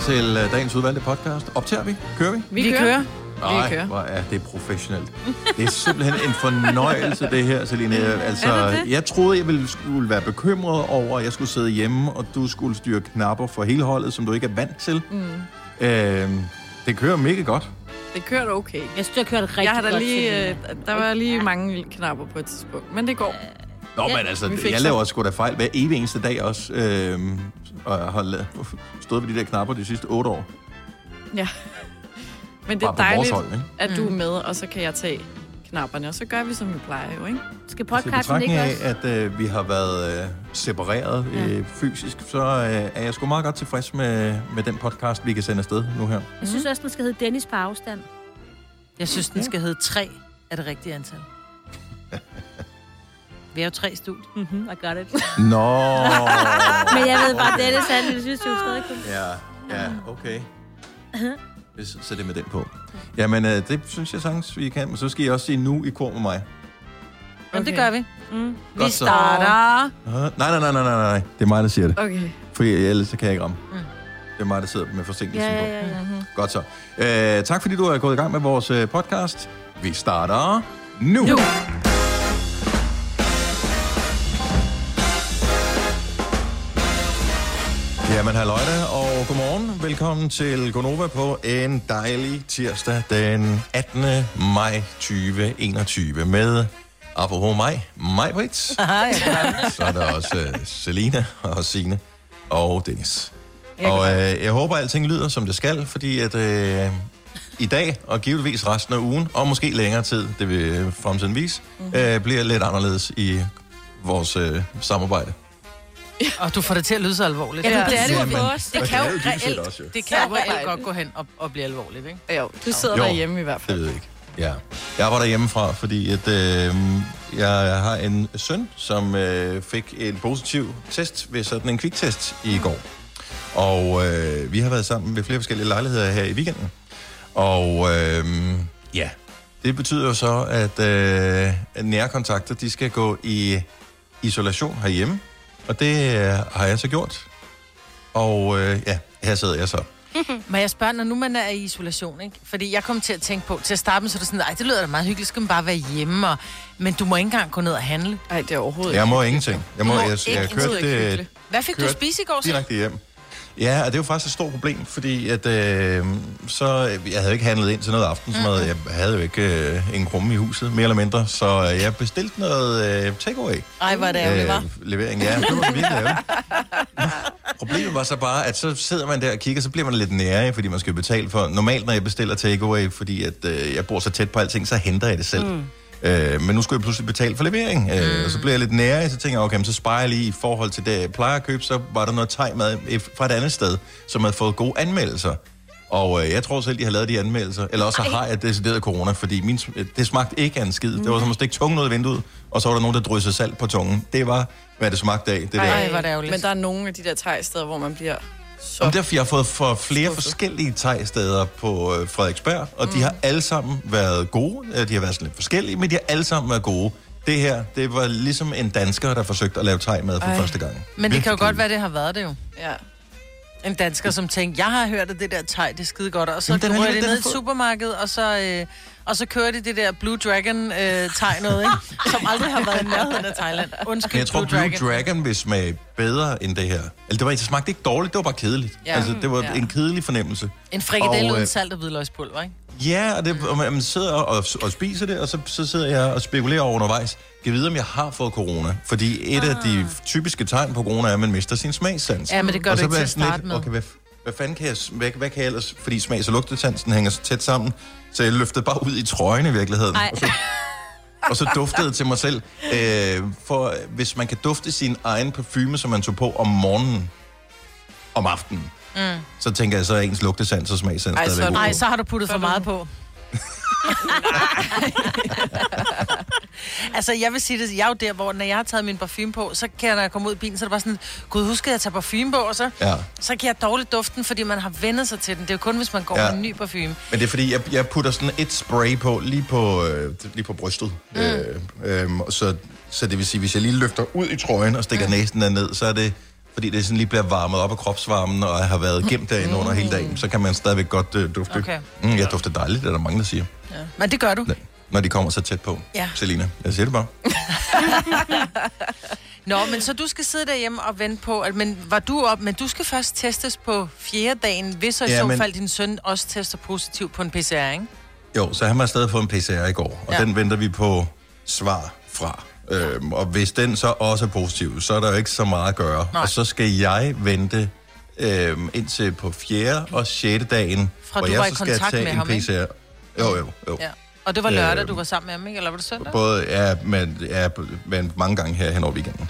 til dagens udvalgte podcast. Optager vi? Kører vi? Vi kører. Nej, hvor er det professionelt. Det er simpelthen en fornøjelse, det her, Selina. Altså, jeg troede, jeg skulle være bekymret over, at jeg skulle sidde hjemme, og du skulle styre knapper for hele holdet, som du ikke er vant til. Det kører mega godt. Det kørte okay. Jeg synes, det kørte rigtig godt. Der var lige mange knapper på et tidspunkt, men det går. Nå, men altså, jeg laver sgu da fejl hver evig eneste dag også. Og jeg har stået ved de der knapper de sidste 8 år. Ja. Men det er dejligt, at du er med, og så kan jeg tage knapperne, og så gør vi, som vi plejer jo, ikke? Skal podcasten ikke også? At vi har været separeret fysisk, så er jeg sgu meget godt tilfreds med den podcast, vi kan sende afsted nu her. Jeg synes også, den skal hedde Dennis på afstand. Jeg synes, den skal hedde 3 af det rigtige antal. Vi er jo 3 studier. I got it. Nå. Men jeg ved bare, Dennis, han synes jo stadig kun. Ja, okay. Så det med den på. Jamen, det synes jeg sagtens, vi kan. Men så skal I også sige nu i kor med mig. Jamen, det gør vi. Vi starter. Nej. Det er mig, der siger det. Okay. For ellers så kan jeg ikke ramme. Det er mig, der sidder med forsinkelsen på. Ja. Godt så. Tak fordi du er gået i gang med vores podcast. Vi starter nu. Jamen, halløjda, og godmorgen. Velkommen til Gonova på en dejlig tirsdag den 18. maj 2021 med, apropos mig, Britt. Så er der også Selina og Signe og Dennis. Og jeg håber, at alting lyder, som det skal, fordi at i dag, og givetvis resten af ugen, og måske længere tid, det vil fremtiden vise, bliver lidt anderledes i vores samarbejde. Og du får det til at lyde så alvorligt. Ja, det er det jo for os. Det kan jo reelt godt gå hen og blive alvorligt, ikke? Jo, du sidder derhjemme i hvert fald. Det ved jeg ikke. Ja. Jeg var derhjemmefra, fordi at, jeg har en søn, som fik en positiv test ved sådan en kviktest i går. Og vi har været sammen ved flere forskellige lejligheder her i weekenden. Og det betyder jo så, at nærkontakter, de skal gå i isolation herhjemme. Og det har jeg så gjort. Og her sidder jeg så. Men jeg spørger, når nu man er i isolation, ikke? Fordi jeg kom til at tænke på, til at starte med, så er det sådan, det lyder da meget hyggeligt, skal man bare være hjemme, men du må ikke engang gå ned og handle. Nej, det er overhovedet ikke. Jeg må ingenting. Jeg kørte det. Hvad fik du at spise i går så? Direkte hjem. Ja, og det er jo faktisk et stort problem, fordi at, jeg havde ikke handlet ind til noget aftensmad. Jeg havde jo ikke en krumme i huset, mere eller mindre, så jeg bestilte noget takeaway. Ej, hvor er det ærgerligt, var? Levering, ja. Det var virkelig ærgerligt. Problemet var så bare, at så sidder man der og kigger, så bliver man lidt nærig, fordi man skal betale for. Normalt, når jeg bestiller takeaway, fordi at, jeg bor så tæt på alting, så henter jeg det selv. Men nu skulle jeg pludselig betale for levering, og så blev jeg lidt nære, så tænker jeg, okay, så sparer jeg lige i forhold til det, jeg plejer at købe, så var der noget thai-mad fra et andet sted, som havde fået gode anmeldelser. Og jeg tror selv, de har lavet de anmeldelser, eller også har jeg decideret corona, fordi det smagte ikke af en skid. Det var som at stikke tungen ud af vinduet, og så var der nogen, der dryssede salt på tungen. Det var, hvad det smagte af. Det Ej, var det ærgerligt. Men der er nogle af de der thai-steder, hvor man bliver så... Jamen, derfor jeg har fået for flere forskellige thai-steder på Frederiksberg, og de har alle sammen været gode. De har været sådan lidt forskellige, men de har alle sammen været gode. Det her, det var ligesom en dansker, der forsøgte at lave thai-mad for første gang. Men det kan jo godt være, det har været det jo. Ja. En dansker, som tænkte, jeg har hørt, at det der thai, det er skide godt, og så rører det ned i supermarkedet, og så kører de det der Blue Dragon thai noget, ikke? Som aldrig har været i nærheden af Thailand. Undskyld, jeg tror, Blue Dragon vil smage bedre end det her. Eller det smagte ikke dårligt, det var bare kedeligt. Ja. Altså, det var en kedelig fornemmelse. En frikadelle uden salt og hvidløgspulver, ikke? Ja, og man sidder og spiser det, og så sidder jeg og spekulerer over undervejs. Jeg ved, om jeg har fået corona. Fordi et af de typiske tegn på corona er, at man mister sin smagssans. Ja, men det gør du ikke til at starte med. Okay, hvad fanden kan jeg... Hvad kan jeg ellers... Fordi smags- og lugtesansen hænger så tæt sammen, så jeg løftede bare ud i trøjen i virkeligheden. Og så duftede til mig selv. For hvis man kan dufte sin egen parfume, som man tog på om morgenen, om aftenen, så tænker jeg, så er ens lugtesans og smagsans stadigvæk. Nej, så har du puttet for meget på. Altså, jeg vil sige det, jeg er jo der, hvor når jeg har taget min parfume på, så kan jeg, når jeg kommer ud i bilen, så er det bare sådan, gud, husk at jeg tager parfume på, og så kan jeg dårligt duften, fordi man har vendt sig til den. Det er jo kun, hvis man går med en ny parfume. Men det er fordi, jeg putter sådan et spray på, lige på brystet. Så det vil sige, hvis jeg lige løfter ud i trøjen og stikker næsen derned, så er det fordi det sådan lige bliver varmet op af kropsvarmen, og har været gemt derinde under hele dagen, så kan man stadigvæk godt dufte. Okay. Jeg dufter dejligt, det er der mange, der siger. Ja. Men det gør du. Når de kommer så tæt på. Ja. Selina, jeg siger det bare. Nå, men så du skal sidde derhjemme og vente på, men du skal først testes på 4. dagen, hvis så i så fald din søn også tester positivt på en PCR, ikke? Jo, så han har stadig fået en PCR i går, og den venter vi på svar fra. Og hvis den så også er positiv, så er der jo ikke så meget at gøre. Nej. Og så skal jeg vente indtil på 4. og 6. dagen, fra hvor du jeg var i så skal kontakt tage med en ham, PCR. Jo. Ja. Og det var lørdag, du var sammen med ham, ikke? Eller var det søndag? Både, men mange gange her hen over weekenden.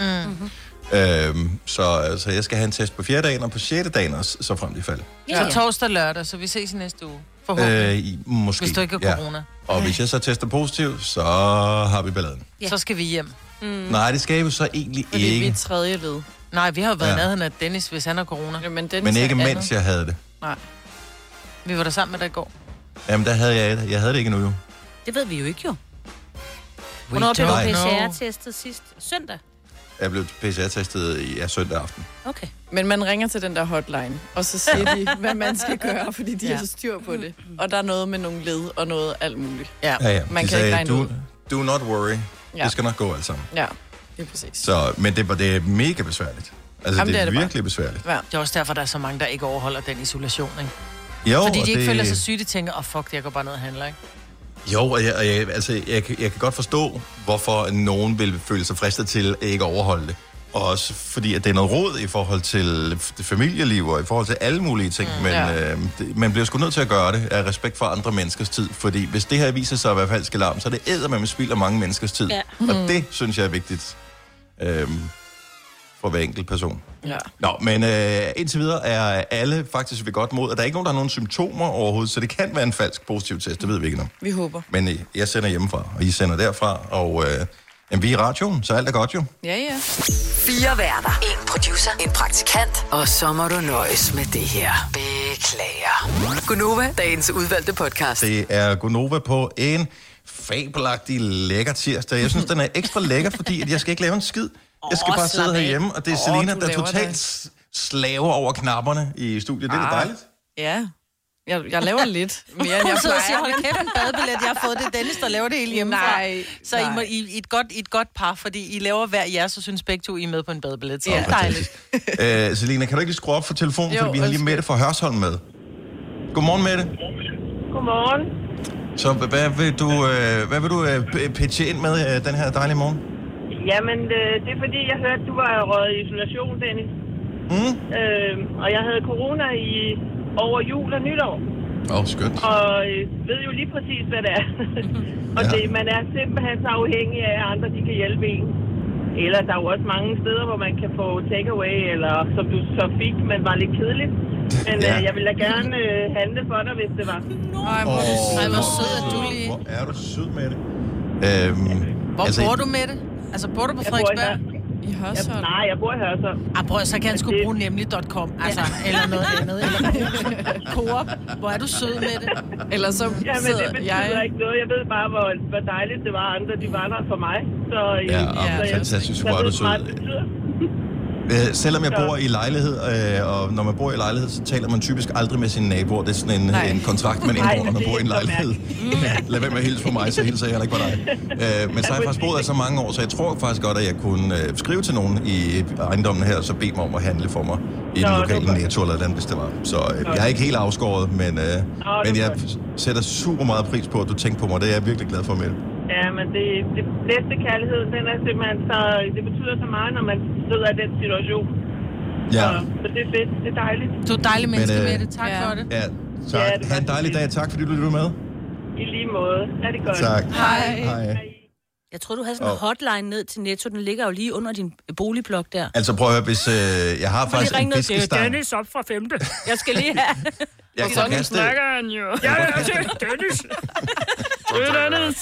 Så jeg skal have en test på 4. dagen, og på 6. dagen også, så frem til fald. Ja. Så torsdag lørdag, så vi ses i næste uge. Forhåbentlig. Måske. Hvis du ikke har corona. Og hvis jeg så tester positiv, så har vi balladen. Ja. Så skal vi hjem. Nej, det skal vi så egentlig ikke. Fordi vi er 3. led. Nej, vi har jo været nærheden af Dennis, hvis han har corona. Ja, men ikke mens jeg havde det. Nej. Vi var der sammen med dig i går. Jamen, der havde jeg havde det ikke endnu, jo. Det ved vi jo ikke, jo. Hvornår blev du PCR-testet sidst? Søndag? Jeg blev PCR-testet søndag aften. Okay. Men man ringer til den der hotline, og så siger de, hvad man skal gøre, fordi de har så styr på det. Og der er noget med nogle led og noget alt muligt. Ja. Man de kan ikke regne ud. Do not worry. Ja. Det skal nok gå alt sammen. Ja, det er præcis. Så, men det er mega besværligt. Altså, jamen, det er virkelig bare besværligt. Ja. Det er også derfor, der er så mange, der ikke overholder den isolation, ikke? Jo, fordi de ikke føler sig syge, de tænker, fuck, jeg går bare ned og handler, ikke? Jo, og jeg kan godt forstå, hvorfor nogen vil føle sig fristet til at ikke overholde det. Og også fordi, at det er noget råd i forhold til det familieliv og i forhold til alle mulige ting. Men man bliver sgu nødt til at gøre det af respekt for andre menneskers tid. Fordi hvis det her viser sig at være falsk alarm, så er det eddermame spild af mange menneskers tid. Ja. Og det synes jeg er vigtigt for hver enkelt person. Ja. Nå, men indtil videre er alle faktisk ved godt mod, at der er ikke nogen, der har nogen symptomer overhovedet, så det kan være en falsk positiv test, det ved vi ikke nu. Vi håber. Men jeg sender hjemmefra, og I sender derfra, og vi er i radioen, så alt er godt jo. Ja. 4 værter, 1 producer, 1 praktikant, og så må du nøjes med det her. Beklager. Gunova, dagens udvalgte podcast. Det er Gunova på en fabelagtig lækker tirsdag. Jeg synes, den er ekstra lækker, fordi at jeg skal ikke lave en skid. Jeg skal bare sidde herhjemme, og det er Selina, der totalt slaver over knapperne i studiet. Det er dejligt. Ja. Jeg laver lidt mere, end jeg plejer. Hun siger, hold kæft, en badebillet. Jeg har fået det. Dennis, der laver det hele hjemmefra. Nej. Så I må i et godt par, fordi I laver hver jeres, så synes begge to, I er med på en badebillet. Så ja, dejligt. Selina, kan du ikke lige skrue op for telefonen, fordi vi har lige Mette fra Hørsholm med. Godmorgen, Mette. Godmorgen. Så hvad vil du pitche ind med den her dejlige morgen? Jamen, det er fordi, jeg hørte, du var røget i isolation, Dennis. Og jeg havde corona over jul og nytår. Skønt. Og ved jo lige præcis, hvad det er. Og man er simpelthen så afhængig af, at andre de kan hjælpe en. Eller der er jo også mange steder, hvor man kan få takeaway, eller som du så fik, men var lidt kedeligt. Men jeg ville da gerne handle for dig, hvis det var. Hvor sød er du lige. Hvor er du sød med det. Hvor bor du med det? Altså, bor du på Frederiksberg? I Hørsholm? Nej, jeg bor i Hørsholm. Så kan han sgu bruge nemlig.com, altså, eller noget andet. Eller Coop. Hvor er du sød med det? Eller så men det betyder ikke noget. Jeg ved bare, hvor dejligt det var, andre de var der for mig. Så, fantastisk. Hvor er du sød. Selvom jeg bor i lejlighed, og når man bor i lejlighed, så taler man typisk aldrig med sine naboer. Det er sådan en kontrakt, man indgår, når man bor i en lejlighed. Lad være med at hilse for mig, så hilser jeg heller ikke på dig. Men så har jeg faktisk boet der så mange år, så jeg tror faktisk godt, at jeg kunne skrive til nogen i ejendommen her, og så bede mig om at handle for mig i den lokale Netto eller den, hvis det var. Så jeg er ikke helt afskåret, men jeg sætter super meget pris på, at du tænker på mig. Det er jeg virkelig glad for, med det. Ja, men det bedste kærlighed, den er simpelthen så... Det betyder så meget, når man sidder i den situation. Ja. Så det er fedt. Det er dejligt. Du er dejlig menneske med det. Tak for det. Ja, tak. Ha' en dejlig dag. Tak, fordi du lyttede med. I lige måde. Er det godt. Tak. Hej. Jeg tror du havde sådan en hotline ned til Netto. Den ligger jo lige under din boligblok der. Altså prøv at høre, hvis jeg har faktisk en fiskestang... Det er Dennis op fra 5. Jeg skal lige have... Jeg kan kaste... snakker han jo. Ja, Dennis. Det er Dennis.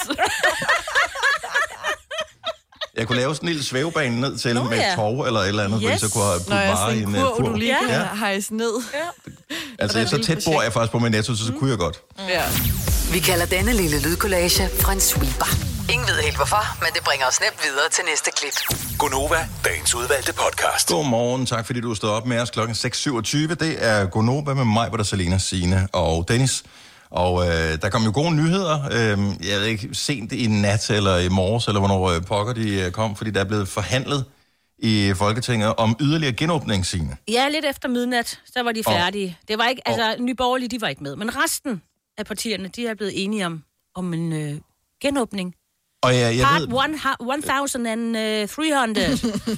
Jeg kunne lave sådan en lille svævebane ned til med et torv eller et eller andet, hvor så kunne putte varer i en kurv. Du lige kan hejse ned. Altså, så tæt bor jeg faktisk på min Netto, så kunne jeg godt. Vi kalder denne lille lydkollage en sweeper. Ingen ved helt hvorfor, men det bringer os nemt videre til næste klip. Gonova, dagens udvalgte podcast. Godmorgen, tak fordi du stod op med os klokken 6.27. Det er Gonova med mig, hvor der Selina, Signe og Dennis. Og der kom jo gode nyheder. Jeg ved ikke, sent i nat eller i morges, eller hvornår pokker de kom, fordi der er blevet forhandlet i Folketinget om yderligere genåbning, Signe. Ja, lidt efter midnat, så var de færdige. Det var ikke, altså, Nye Borgerlige, de var ikke med. Men resten af partierne, de er blevet enige om en genåbning. Og jeg Part ved... 1300.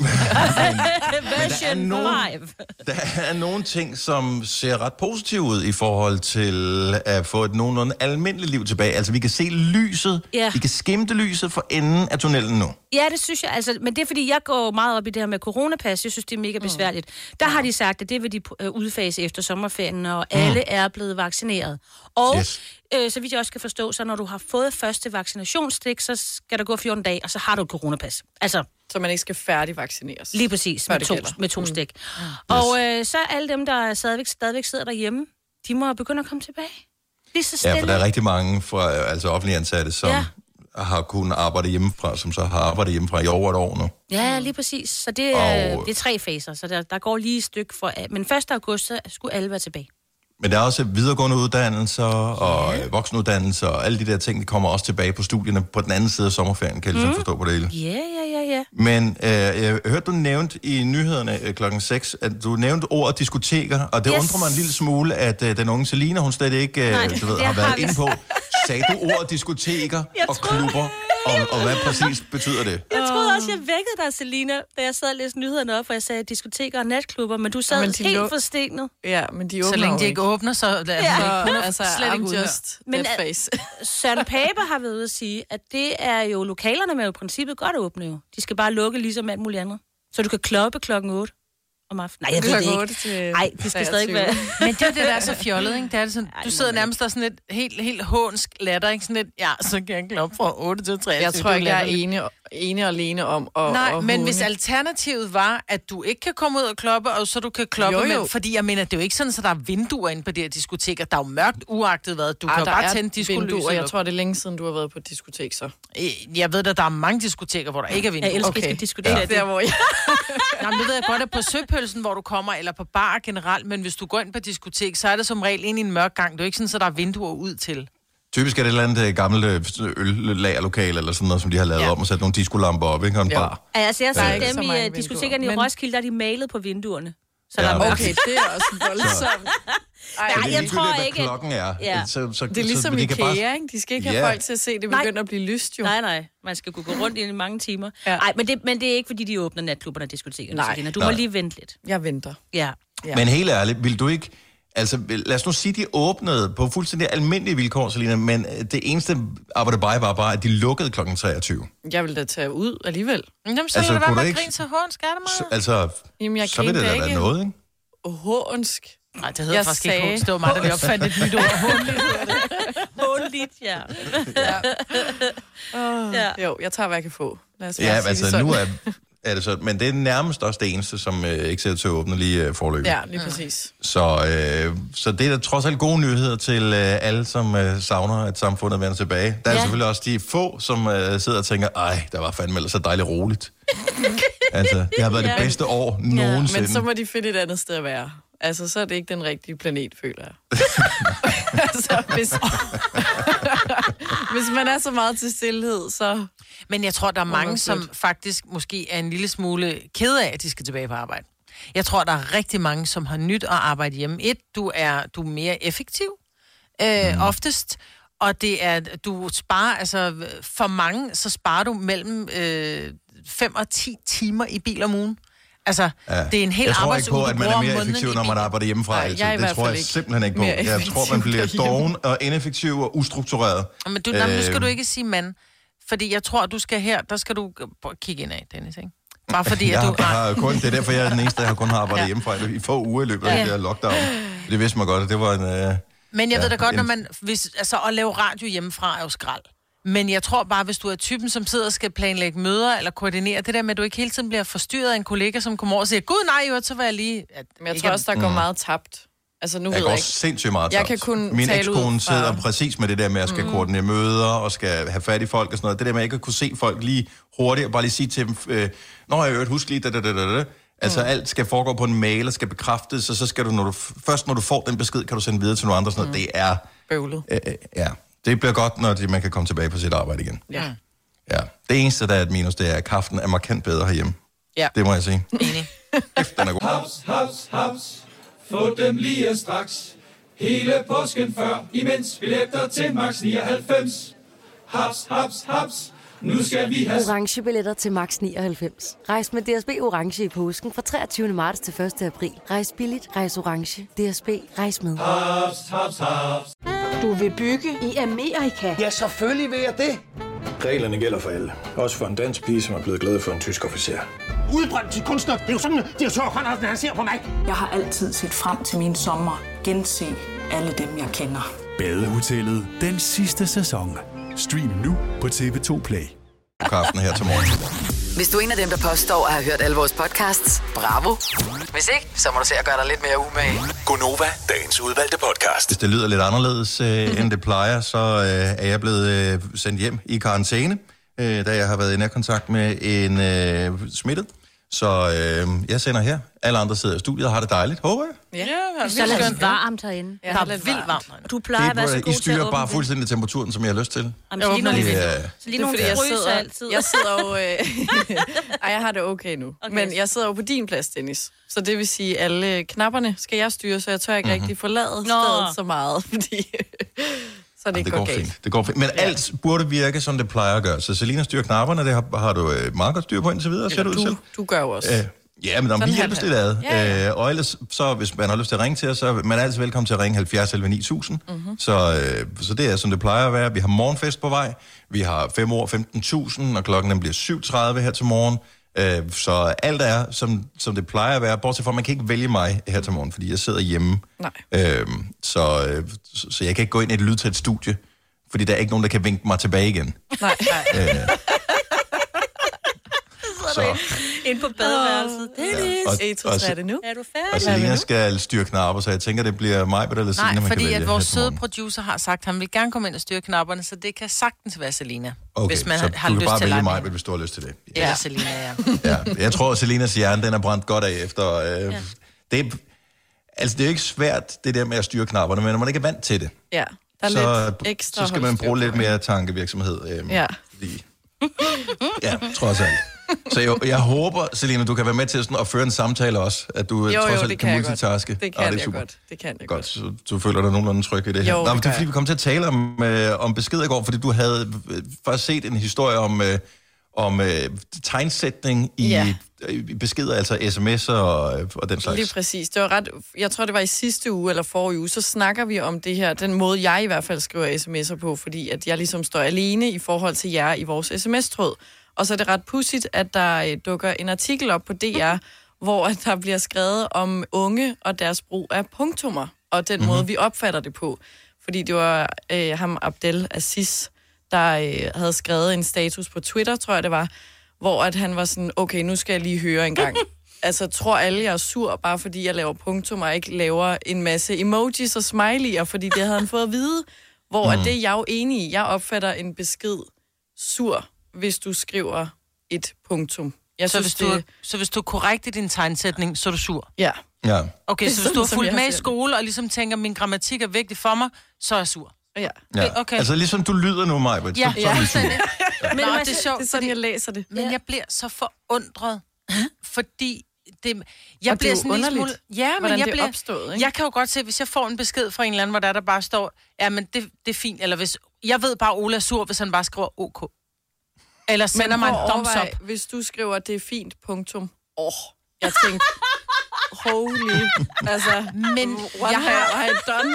Version 5. Der er nogle ting, som ser ret positivt ud i forhold til at få et nogenlunde almindeligt liv tilbage. Altså, vi kan se lyset. Ja. Vi kan skimte lyset for enden af tunnelen nu. Ja, det synes jeg. Altså, men det er, fordi jeg går meget op i det her med coronapas. Jeg synes, det er mega besværligt. Der har de sagt, at det vil de udfase efter sommerferien, og alle er blevet vaccineret. Og så vidt jeg også kan forstå, så når du har fået første vaccinationsstik, så skal der gå 14 dage, og så har du et coronapas. Altså, så man ikke skal færdigvaccineres. Lige præcis, med to stik. Og så alle dem, der stadigvæk sidder derhjemme, de må begynde at komme tilbage. Lige så stille. Ja, for der er rigtig mange fra offentlige ansatte, som har kunnet arbejde hjemmefra, som så har arbejdet hjemmefra i over et år nu. Ja, lige præcis. Så det er 3 faser, så der går lige et stykke for... Men 1. august, så skulle alle være tilbage. Men der er også videregående uddannelser og voksenuddannelser, og alle de der ting, de kommer også tilbage på studierne på den anden side af sommerferien, kan jeg ligesom forstå på det hele. Ja. Men jeg hørte, du nævnte i nyhederne klokken 6, at du nævnte ordet diskoteker, og det undrer mig en lille smule, at den unge Selina, hun slet ikke har været inde på. Sagde du ordet diskoteker og klubber, og hvad præcis betyder det? Jeg troede også, jeg vækkede dig, Selina, da jeg sad og læste nyhederne op, for jeg sagde diskoteker og natklubber, men du sad helt forstenet. Ja, men de åbner så længe de ikke åbner, så altså, slet ikke ud men Søren Pape har været ude at sige, at det er jo lokalerne med i princippet godt åbne jo. De skal bare lukke ligesom alt muligt andet. Så du kan kloppe klokken 8 om aftenen. Nej, jeg ved det ikke. Nej, det skal stadig være. Men det er det, der er så fjollet, ikke? Det er det sådan, du sidder nærmest der sådan et helt hånsk latter, ikke? Sådan et, så kan jeg kloppe fra 8 til 3. Jeg tror ikke, jeg er ene og alene om at... Nej, men hvis alternativet var, at du ikke kan komme ud og kloppe, og så du kan kloppe med... Fordi jeg mener, det er jo ikke sådan, at der er vinduer inde på de her diskoteker. Der er jo mørkt uagtet hvad. Du kan jo bare tænde diskolyset. Jeg tror, det er længe siden, du har været på et diskotek, så. Jeg ved, at der er mange diskoteker, hvor der ikke er vinduer. Jeg elsker diskoteker. Der, hvor jeg... Jamen, det ved jeg godt, at på Søpølsen, hvor du kommer, eller på bar generelt, men hvis du går ind på diskotek, så er det som regel ind i en mørk gang. Det er jo ikke sådan, at der er vinduer ud til. Typisk er det et eller andet gammelt øllagerlokale eller sådan noget, som de har lavet om og sat nogle diskolamper op, ikke? Og en bar. Altså, jeg ser dem i diskotekerne i Roskilde, der er de malet på vinduerne. Så der er mørkt. Okay, det er også voldsomt. Nej, jeg tror ikke, at klokken er. Ja. Så det er ligesom IKEA, bare... ikke? De skal ikke have folk til at se, det begynder at blive lyst, jo. Nej. Man skal kunne gå rundt i mange timer. Nej, men det er ikke, fordi de åbner natklubberne og diskotekerne. Nej. Du må lige vente lidt. Jeg venter. Ja. Men helt ærligt, vil du ikke... Altså, lad os nu sige, de åbnede på fuldstændig almindelige vilkår, Selina, men det eneste arbejde var bare, at de lukkede klokken 23. Jeg vil da tage ud alligevel. Jamen, så vil det være med grin til håndsk, er det meget? Altså, jamen, så vil det da være noget, ikke? Håndsk. Nej, det hedder faktisk ikke håndsk. Det var mig, der lige opfandt et nyt ord. Håndligt, ja. Jo, jeg tager, hvad jeg kan få. Ja, altså, nu er det så, men det er nærmest også det eneste, som ikke ser til at åbne lige forløbet. Ja, lige præcis. Så det er da trods alt gode nyheder til alle, som savner, at samfundet vender tilbage. Der er selvfølgelig også de få, som sidder og tænker, der var fandme ellers så dejligt roligt. Altså, det har været det bedste år nogensinde. Men så må de finde et andet sted at være. Altså, så er det ikke den rigtige planet, føler jeg. Altså, hvis man er så meget til stillhed, så... Men jeg tror, der er mange, som faktisk måske er en lille smule ked af, at de skal tilbage på arbejde. Jeg tror, der er rigtig mange, som har nyt at arbejde hjemme. Du er mere effektiv, oftest. Og det er, du sparer, altså for mange, så sparer du mellem 5 og 10 timer i bil om ugen. Altså, det er en hel arbejdsuge, jeg tror ikke på, at man er mere effektiv, når man arbejder hjemmefra. Nej, det tror jeg simpelthen ikke på. Jeg tror, man bliver doven og ineffektiv og ustruktureret. Men nu skal du ikke sige mand. Fordi jeg tror, du skal her, der skal du kigge ind af, Dennis, ikke? Bare fordi, at du... Det er derfor, jeg er den eneste, der kun har arbejdet hjemmefra i få uger i løbet af det her lockdown. Det vidste man godt, at det var en... Men jeg ved da godt, når man... at lave radio hjemmefra er jo skrald. Men jeg tror bare, hvis du er typen, som sidder og skal planlægge møder eller koordinere, det der med, at du ikke hele tiden bliver forstyrret af en kollega, som kommer over og siger, gud nej, så var jeg lige... Men jeg tror også, der går meget tabt. Altså, nu jeg ved går jeg ikke. Sindssygt meget Jeg kan kun min tale ekskone ud fra... sidder præcis med det der med, at skal koordinere møder, og skal have fat i folk og sådan noget. Det der med, at jeg ikke kunne se folk lige hurtigt, og bare lige sige til dem, når jeg øvrigt husk lige, Altså, alt skal foregå på en mail, og skal bekræftes, og så skal du, når du får den besked, kan du sende videre til nogle andre. Sådan noget. Det er... Bøvlet. Ja, det bliver godt, når man kan komme tilbage på sit arbejde igen. Ja. Ja. Det eneste, der er et minus, det er, at kraften er markant bedre herhjemme. Ja. Det må jeg sige. Enig. Den er god. Haps, haps, haps. Få dem lige straks. Hele påsken før, imens billetter til max 99. Haps, haps, haps. Nu skal vi have orange billetter til max 99. Rejs med DSB orange i påsken fra 23. marts til 1. april. Rejs billigt, rejs orange. DSB, rejs med. haps, haps, haps. Du vil bygge i Amerika? Ja, selvfølgelig vil jeg det. Reglerne gælder for alle. Også for en dansk pige, som er blevet glad for en tysk officer. Udbrændt til kunstner. Det er jo sådan, at direktør Conradsen, han ser på mig. Jeg har altid set frem til min sommer. Gense alle dem, jeg kender. Badehotellet den sidste sæson. Stream nu på TV2 Play. Kraften her til morgen. Hvis du er en af dem, der påstår at have hørt alle vores podcasts, bravo. Hvis ikke, så må du se at gøre dig lidt mere umage. Gonova, dagens udvalgte podcast. Hvis det lyder lidt anderledes, end det plejer, så er jeg blevet sendt hjem i karantæne, da jeg har været i nærkontakt med en smittet. Så jeg sender her. Alle andre sidder i studiet og har det dejligt, håber jeg. Ja, det er lidt varmt herinde. Ja, der er vildt varmt. Du plejer at være så god til at I styrer bare fuldstændig temperaturen, som jeg har lyst til. Jamen, så lige nogle fryser altid. Jeg sidder jo... Ej, jeg har det okay nu. Okay. Men jeg sidder jo på din plads, Dennis. Så det vil sige, at alle knapperne skal jeg styre, så jeg tør ikke rigtig forlade stedet så meget, fordi... så det ikke går galt. Fint. Det går fint. Men alt burde virke, som det plejer at gøre. Så Selina styrer knapperne, det har du meget godt styr på indtil videre, ser du ud selv. Du gør jo også. Ja, men vi hjælper det ad. Ja. Og ellers, så hvis man har lyst til at ringe til os, så er man altid velkommen til at ringe 70 11 9000. Så det er, som det plejer at være. Vi har morgenfest på vej. Vi har 5 år 15.000, og klokken bliver 7.30 her til morgen. Så alt er, som det plejer at være, bortset fra, man kan ikke vælge mig her til morgen, fordi jeg sidder hjemme. Nej. Så jeg kan ikke gå ind i et lydtæt studie, fordi der er ikke nogen, der kan vinke mig tilbage igen. Nej. Så. Ind på badeværelset. Dennis, er det nu? Er du færdig? Og Selina skal styre knapper, så jeg tænker, det bliver mig eller Selina, man kan vælge. Nej, fordi at vores søde producer har sagt, at han vil gerne komme ind og styre knapperne, så det kan sagtens være Selina. Okay, hvis man så har du lyst kan bare til vælge mig, hvis du har lyst til det. Ja. Eller Selina, ja. Jeg tror, at Selinas hjerne, den er brændt godt af efter... Det er jo ikke svært, det der med at styre knapperne, men når man ikke er vant til det, ja, der er så, lidt ekstra så skal man bruge lidt mere tankevirksomhed. Fordi, trods alt. Så jeg håber, Selina, du kan være med til sådan at føre en samtale også, at du trods alt kan multitaske. Det kan jeg godt. Det kan jeg godt. Så du føler dig nogenlunde tryg i det her. Jo, det er fordi, vi kom til at tale om beskeder i går, fordi du havde faktisk set en historie om tegnsætning i beskeder, altså sms'er og den slags. Lige præcis. Det var jeg tror, det var i sidste uge eller forrige uge, så snakker vi om det her, den måde, jeg i hvert fald skriver sms'er på, fordi at jeg ligesom står alene i forhold til jer i vores sms-tråd. Og så er det ret pudsigt, at der dukker en artikel op på DR, hvor der bliver skrevet om unge og deres brug af punktummer, og den måde, vi opfatter det på. Fordi det var ham Abdel Aziz, der havde skrevet en status på Twitter, tror jeg det var, hvor at han var sådan, okay, nu skal jeg lige høre en gang. Altså, tror alle, jeg er sur, bare fordi jeg laver punktummer, og ikke laver en masse emojis og smiley'er, fordi det havde han fået at vide. Hvor at det er jeg jo enig i. Jeg opfatter en besked sur, hvis du skriver et punktum. Så hvis du er korrekt i din tegnsætning, så er du sur? Ja. Okay, så hvis du har fulgt med i skole, og ligesom tænker, min grammatik er vigtig for mig, så er jeg sur? Ja. Okay. Altså ligesom du lyder nu, Majbert, så er du sur. Men det er sjovt, det er sådan, jeg læser det. Men jeg bliver så forundret, fordi jeg bliver sådan underligt. Smule, men jeg bliver opstået, ikke? Jeg kan jo godt se, hvis jeg får en besked fra en eller anden, hvor der bare står, ja, men det er fint, eller hvis jeg ved bare, Ola er sur, hvis han bare skriver OK. Eller sender mig en thumbs up. Hvis du skriver, det er fint, punktum. Jeg tænkte, holy, altså, men what have I done?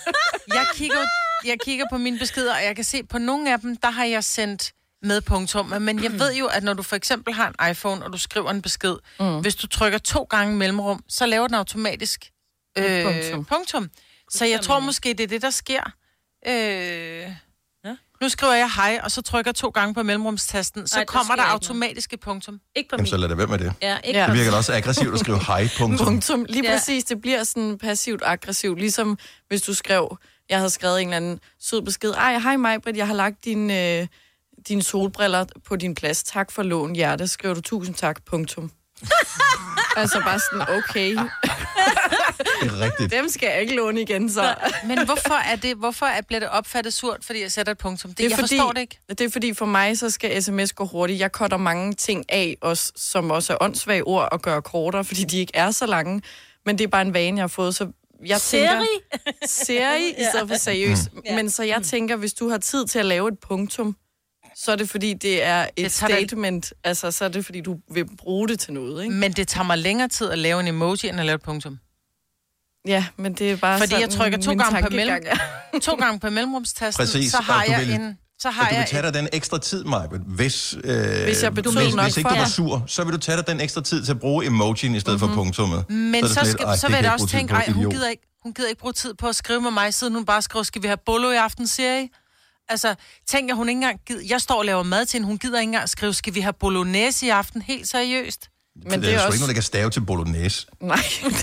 jeg kigger på mine beskeder, og jeg kan se, på nogle af dem, der har jeg sendt med punktum. Men jeg ved jo, at når du for eksempel har en iPhone, og du skriver en besked, hvis du trykker 2 gange mellemrum, så laver den automatisk punktum. Så jeg tror måske, det er det, der sker. Nu skriver jeg hej, og så trykker 2 gange på mellemrumstasten, så kommer der automatisk et punktum. Ikke på Jamen, så lad det være med det. Ja, ikke det virker da også aggressivt at skrive hej, punktum. Lige præcis, det bliver sådan passivt-aggressivt, ligesom hvis du skrev, jeg havde skrevet en eller anden sød besked, hej Maj-Brit, jeg har lagt dine solbriller på din plads, tak for lån, hjerte, skriver du 1000 tak, punktum. Altså bare sådan, okay. Det er rigtigt. Dem skal jeg ikke låne igen, så. Men hvorfor bliver det opfattet surt, fordi jeg sætter et punktum? Jeg forstår det ikke. Det er fordi, for mig, så skal sms gå hurtigt. Jeg cutter mange ting af, også, som også er åndssvage ord, og gør kortere, fordi de ikke er så lange. Men det er bare en vane, jeg har fået, så jeg tænker... Serie i stedet for seriøs. Men så jeg tænker, hvis du har tid til at lave et punktum, så er det fordi, det er et statement. Altså, så er det fordi, du vil bruge det til noget, ikke? Men det tager mig længere tid at lave en emoji, end at lave et punktum. Ja, men det er bare fordi sådan, jeg trykker 2 gange på mellemrumstasten, præcis, så har jeg en... Så har du vil tage dig den ekstra tid, Maj-Brit. Hvis ikke du var sur, så vil du tage dig den ekstra tid til at bruge emojien i stedet for punktummet. Men så vil jeg også tænke, hun gider ikke bruge tid på at skrive med mig, siden hun bare skriver, skal vi have bolo i aften, siger I? Altså, tænker hun ikke engang... Jeg står og laver mad til hende, hun gider ikke engang skrive, skal vi have bolognese i aften? Helt seriøst. Men det er også ikke noget, der kan stave til bolognese. Nej.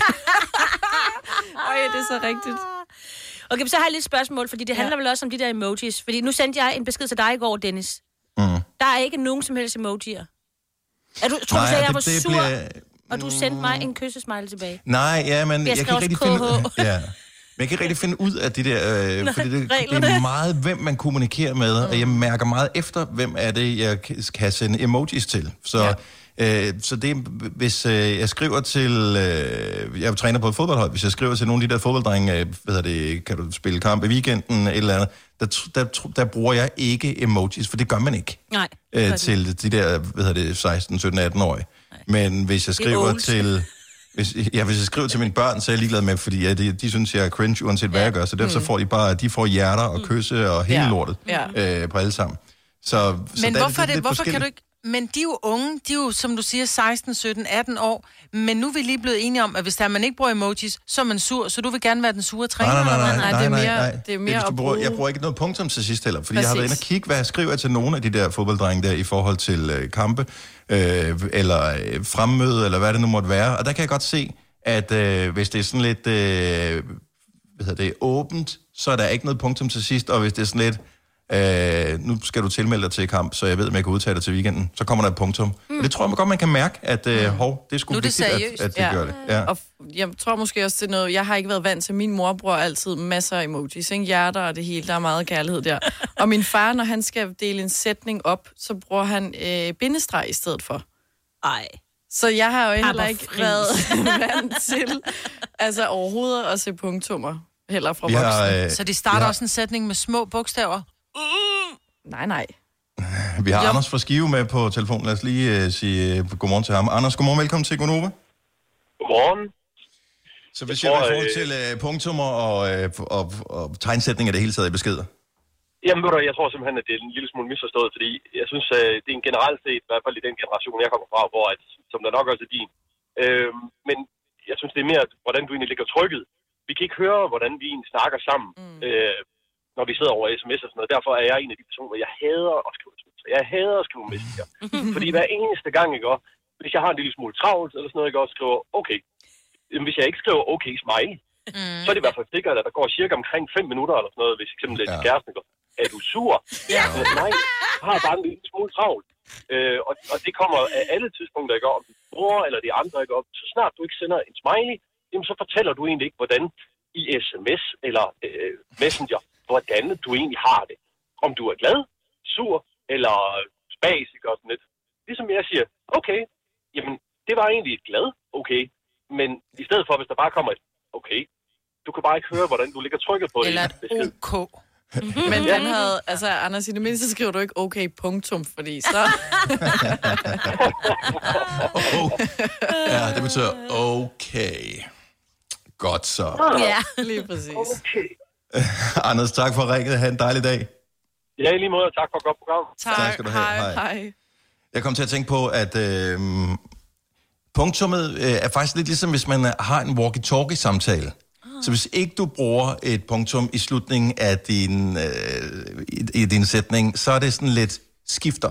Øj, det er så rigtigt. Okay, så har jeg lidt spørgsmål, fordi det handler vel også om de der emojis. Fordi nu sendte jeg en besked til dig i går, Dennis. Der er ikke nogen som helst emojier. Tror du så, jeg var sur, og du sendte mig en kyssesmiley tilbage? Nej, ja, men jeg kan ikke rigtig finde... Ja. Men jeg kan ikke rigtig finde ud af de der... fordi det er meget, hvem man kommunikerer med, og jeg mærker meget efter, hvem er det, jeg kan sende emojis til. Så... Så det, hvis jeg skriver til, jeg træner på et fodboldhold, hvis jeg skriver til nogle af de der fodbolddrenge, kan du spille kamp i weekenden, eller andet, der bruger jeg ikke emojis, for det gør man ikke. Nej. Til de der, 16, 17, 18-årige. Men hvis jeg skriver til... Hvis jeg skriver til mine børn, så er jeg ligeglad med, fordi de synes, jeg er cringe, uanset hvad jeg gør. Så derfor så får de får hjerter og kysse og hele lortet på alle sammen. Men hvorfor kan du ikke... Men de er jo unge, de er jo, som du siger, 16, 17, 18 år. Men nu er vi lige blevet enige om, at hvis man ikke bruger emojis, så er man sur, så du vil gerne være den sure træner. Nej. Det er mere at bruge... Jeg bruger ikke noget punktum til sidst heller, fordi jeg har været inde og kigge, hvad jeg skriver til nogle af de der fodbolddrenge der i forhold til kampe, eller fremmøde, eller hvad det nu måtte være. Og der kan jeg godt se, at hvis det er sådan lidt åbent, så er der ikke noget punktum til sidst, og hvis det er sådan lidt... nu skal du tilmelde dig til kamp, så jeg ved, om jeg kan udtage dig til weekenden. Så kommer der et punktum. Og det tror jeg godt, man kan mærke, at det er sgu vigtigt, at det gør det. Ja. Og jeg tror måske også, det er noget... Jeg har ikke været vant til. Min mor bruger altid masser af emojis, ikke? Hjerter og det hele. Der er meget kærlighed der. Og min far, når han skal dele en sætning op, så bruger han bindestreg i stedet for. Ej. Så jeg har jo heller ikke været vant til altså overhovedet at se punktummer. Heller fra voksne. Så de starter også en sætning med små bogstaver? Nej. Vi har Anders fra Skive med på telefonen. Lad os lige sige godmorgen til ham. Anders, godmorgen. Velkommen til Gonova. Godmorgen. Så hvad siger du i forhold til punktummer og tegnsætninger det hele taget i beskeder? Jamen, jeg tror simpelthen, at det er en lille smule misforstået, fordi jeg synes, det er en generelt set, i hvert fald i den generation, jeg kommer fra, hvor som der nok også er din. Men jeg synes, det er mere, hvordan du egentlig ligger trykket. Vi kan ikke høre, hvordan vi egentlig snakker sammen, når vi sidder over sms og sådan noget. Derfor er jeg en af de personer, jeg hader at skrive sms. Jeg hader at skrive messenger. Fordi hver eneste gang, ikke, hvis jeg har en lille smule travlt eller sådan noget, ikke, skriver okay. Hvis jeg ikke skriver okay smiley, så er det i hvert fald sikkert, at der går cirka omkring 5 minutter eller sådan noget, hvis eksempel det er til kæresten, går, er du sur? Ja. Nej, jeg har bare en lille smule travlt. Og det kommer af alle tidspunkter, ikke, om din bror eller de andre, ikke, så snart du ikke sender en smiley, jamen, så fortæller du egentlig ikke, hvordan i sms eller messenger, hvordan du egentlig har det. Om du er glad, sur eller spasik og sådan lidt. Ligesom jeg siger, okay, jamen, det var egentlig et glad, okay. Men i stedet for, hvis der bare kommer et okay, du kan bare ikke høre, hvordan du ligger trykket på det. Eller et OK. Men den havde, altså Anders, i det mindste skriver du ikke okay, punktum, fordi så... Ja, det betyder okay. Godt så. Ja, lige præcis. Okay. Anders, tak for ringet. Ha' en dejlig dag. Ja, i lige måde. Tak for et godt program. Tak skal du have. Hej. Jeg kom til at tænke på, at punktummet er faktisk lidt ligesom, hvis man har en walkie-talkie-samtale. Så hvis ikke du bruger et punktum i slutningen af din sætning, så er det sådan lidt skifter.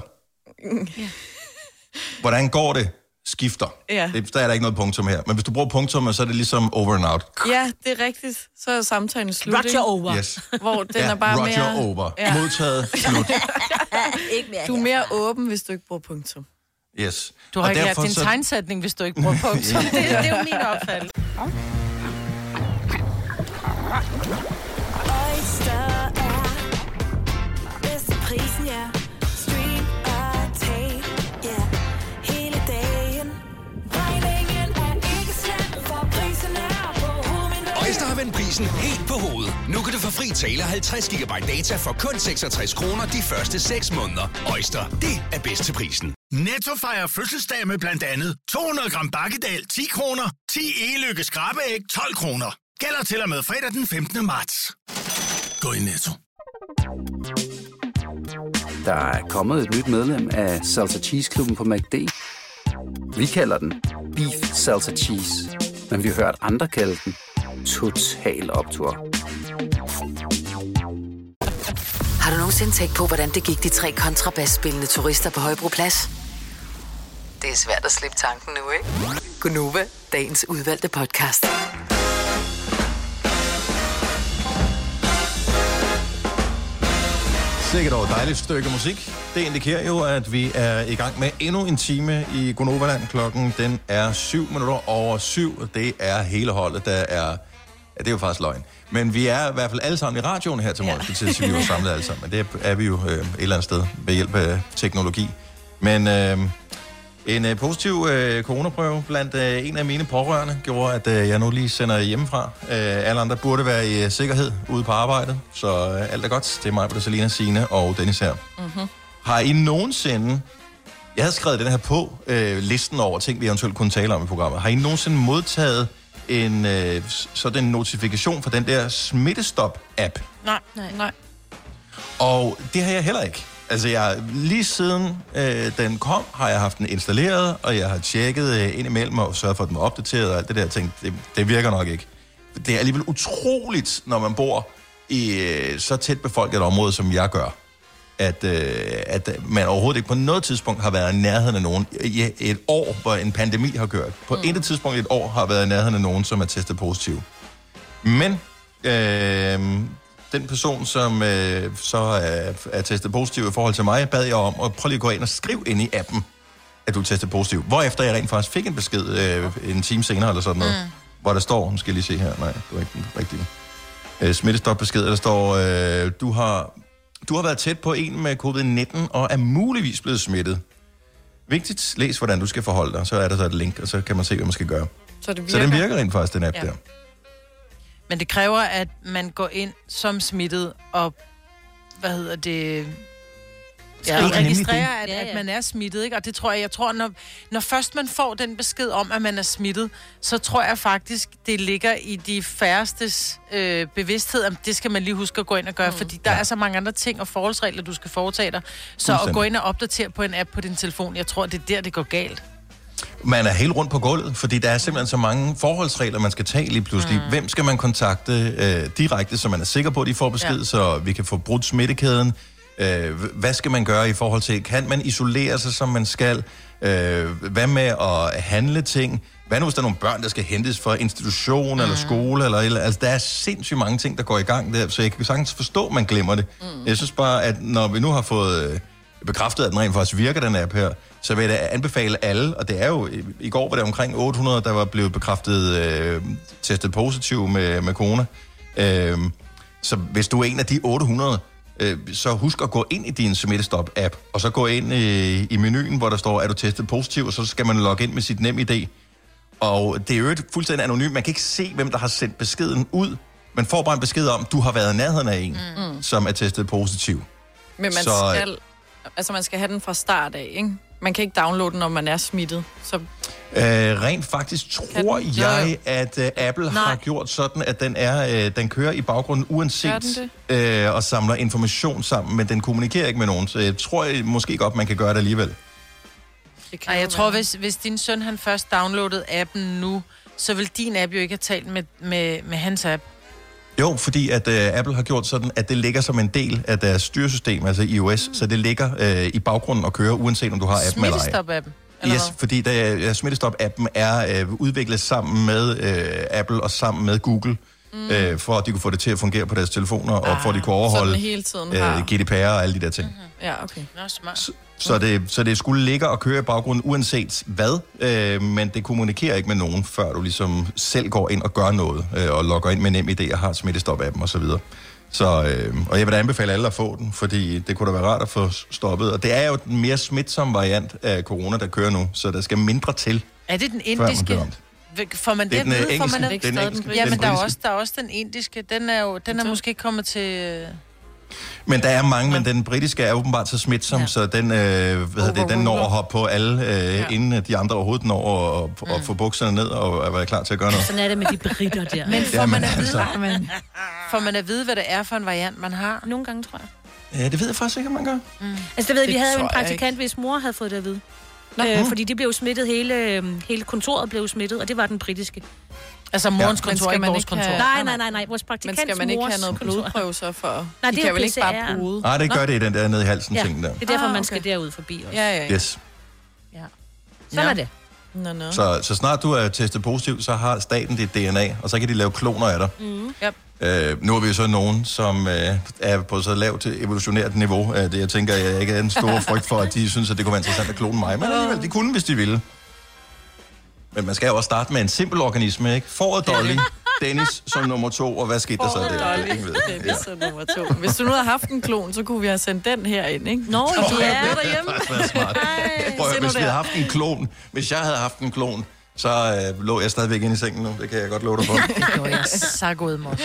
Hvordan går det? Skifter. Ja. Der er der ikke noget punktum her. Men hvis du bruger punktum, så er det ligesom over and out. Ja, det er rigtigt. Så er samtalen slut. Roger over. Yes. Hvor den er bare Roger mere... over. Ja. Modtaget, slut. Ikke mere du er mere åben, hvis du ikke bruger punktum. Yes. Du har ikke lært din tegnsætning, hvis du ikke bruger punktum. Det er jo min opfattelse. Øjster har vendt prisen helt på hovedet. Nu kan du få fri tale 50 GB data for kun 66 kroner de første 6 måneder. Øjster, det er bedst til prisen. Netto fejrer fødselsdag med blandt andet 200 gram bakkedal 10 kroner, 10 e-lykke skrabeæg 12 kroner. Gælder til og med fredag den 15. marts. Gå i Netto. Der er kommet et nyt medlem af Salsa Cheese Klubben på McD. Vi kalder den Beef Salsa Cheese, men vi har hørt andre kalde den Total Optur. Har du nogensinde tænkt på, hvordan det gik de 3 kontrabasspillende turister på Højbroplads? Det er svært at slippe tanken nu, ikke? Gunova, dagens udvalgte podcast. Sikkert og dejligt stykke musik. Det indikerer jo, at vi er i gang med endnu en time i Gonoverland. Klokken den er 7:07. Det er hele holdet, der er... Ja, det er jo faktisk løgn. Men vi er i hvert fald alle sammen i radioen her til morgen. Det er vi jo samlet alle sammen. Men det er vi jo et eller andet sted ved hjælp af teknologi. Men en positiv coronaprøve blandt en af mine pårørende gjorde, at jeg nu lige sender hjemmefra. Alle andre burde være i sikkerhed ude på arbejdet. Så alt er godt. Det er mig, Selina, Signe og Dennis her. Mm-hmm. Har I nogensinde... Jeg havde skrevet den her på listen over ting, vi eventuelt kunne tale om i programmet. Har I nogensinde modtaget en sådan en notifikation fra den der Smittestop-app? Nej. Og det har jeg heller ikke. Altså, lige siden den kom, har jeg haft den installeret, og jeg har tjekket indimellem og sørget for, at den var opdateret og alt det der ting. Det virker nok ikke. Det er alligevel utroligt, når man bor i så tæt befolket et område, som jeg gør, at man overhovedet ikke på noget tidspunkt har været i nærheden af nogen. I et år, hvor en pandemi har kørt. På intet tidspunkt i et år har været i nærheden af nogen, som er testet positiv. Men den person, som så er testet positiv i forhold til mig, bad jeg om at prøve lige at gå ind og skrive ind i appen, at du er testet positiv. Hvorefter jeg rent faktisk fik en besked en time senere eller sådan noget, hvor der står, nu skal jeg lige se her, nej, det var ikke den rigtige. Smittestop-besked, der står, du har været tæt på en med covid-19 og er muligvis blevet smittet. Vigtigt, læs hvordan du skal forholde dig, så er der så et link, og så kan man se, hvad man skal gøre. Så den virker rent faktisk, den app der. Men det kræver, at man går ind som smittet og, registrerer, at man er smittet, ikke? Og det tror jeg når først man får den besked om, at man er smittet, så tror jeg faktisk, det ligger i de færstes bevidsthed, at det skal man lige huske at gå ind og gøre, fordi der er så mange andre ting og forholdsregler, du skal foretage dig. Så at gå ind og opdatere på en app på din telefon, jeg tror, det er der, det går galt. Man er helt rundt på gulvet, fordi der er simpelthen så mange forholdsregler, man skal tage lige pludselig. Hvem skal man kontakte direkte, så man er sikker på, at de får besked, så vi kan få brudt smittekæden? Hvad skal man gøre i forhold til, kan man isolere sig, som man skal? Hvad med at handle ting? Hvad nu, hvis der er nogle børn, der skal hentes fra institution eller skole? Altså, der er sindssygt mange ting, der går i gang der, så jeg kan sagtens forstå, at man glemmer det. Jeg synes bare, at når vi nu har fået bekræftet, at den rent faktisk virker, den app her, så vil jeg da anbefale alle, og det er jo, i går var det omkring 800, der var blevet bekræftet testet positiv med corona. Så hvis du er en af de 800, så husk at gå ind i din Smittestop-app, og så gå ind i menuen, hvor der står, er du testet positiv, og så skal man logge ind med sit NemID. Og det er jo et fuldstændig anonymt. Man kan ikke se, hvem der har sendt beskeden ud. Man får bare en besked om, du har været i nærheden af en, som er testet positiv. Men man skal have den fra start af, ikke? Man kan ikke downloade den, når man er smittet. Så... rent faktisk tror jeg, at Apple har gjort sådan, at den kører i baggrunden uanset og samler information sammen, men den kommunikerer ikke med nogen, så jeg tror måske godt, man kan gøre det alligevel. Jeg tror, hvis din søn han først downloadede appen nu, så vil din app jo ikke have talt med hans app. Jo, fordi at Apple har gjort sådan, at det ligger som en del af deres styresystem, altså iOS, så det ligger i baggrunden og kører, uanset om du har appen eller ej. Smittestop-appen? Yes, fordi Smittestop-appen er udviklet sammen med Apple og sammen med Google, for at de kunne få det til at fungere på deres telefoner, og for at de kunne overholde GDPR og alle de der ting. Ja, okay. Nå, smart. Så det skulle ligge og køre i baggrunden uanset hvad, men det kommunikerer ikke med nogen, før du ligesom selv går ind og gør noget, og logger ind med NemID og har Smittestop-appen og så videre. Og jeg vil da anbefale alle at få den, fordi det kunne da være rart at få stoppet. Og det er jo den mere smitsomme variant af corona, der kører nu, så der skal mindre til. Er det den indiske? Får man det at vide? Får man ikke stadig den? Ja, men der er også den indiske. Den er måske ikke kommet til... Men der er mange, men den britiske er åbenbart så smitsom, så den, den når at hoppe på alle, inden de andre overhovedet når at få bukserne ned og være klar til at gøre noget. Sådan er det med de britter der. Men får man at vide, hvad det er for en variant, man har? Nogle gange, tror jeg. Ja, det ved jeg faktisk ikke, om man gør. Altså, det ved vi havde jo en praktikant, hvis mor havde fået det at vide. Fordi de blev smittet, hele kontoret blev smittet, og det var den britiske. Altså morens kontor, ikke vores kontor? Nej, vores praktikants mors. Men skal man ikke have noget blodprøve så for? Nej, de det kan vel ikke bare bruge? Nej, det gør det i den der nede i halsen ting der. Det er derfor, man skal derud forbi også. Ja. Yes. Ja. Sådan er det. No. Så snart du er testet positiv, så har staten dit DNA, og så kan de lave kloner af dig. Nu er vi jo så nogen, som er på så lavt evolutionært niveau, at jeg tænker, jeg ikke er en stor frygt for, at de synes, at det kunne være interessant at klone mig. Men alligevel, de kunne, hvis de ville. Men man skal jo også starte med en simpel organisme, ikke? Fåret Dolly, Dennis som nummer 2, og hvad skete der så der? Dennis som nummer 2. Hvis du nu havde haft en klon, så kunne vi have sendt den her ind, ikke? Nå, ja, derhjemme. Hvis vi havde haft en klon, hvis jeg havde haft en klon, så lå jeg stadigvæk inde i sengen nu. Det kan jeg godt love dig for. Det gjorde jeg så god, mor.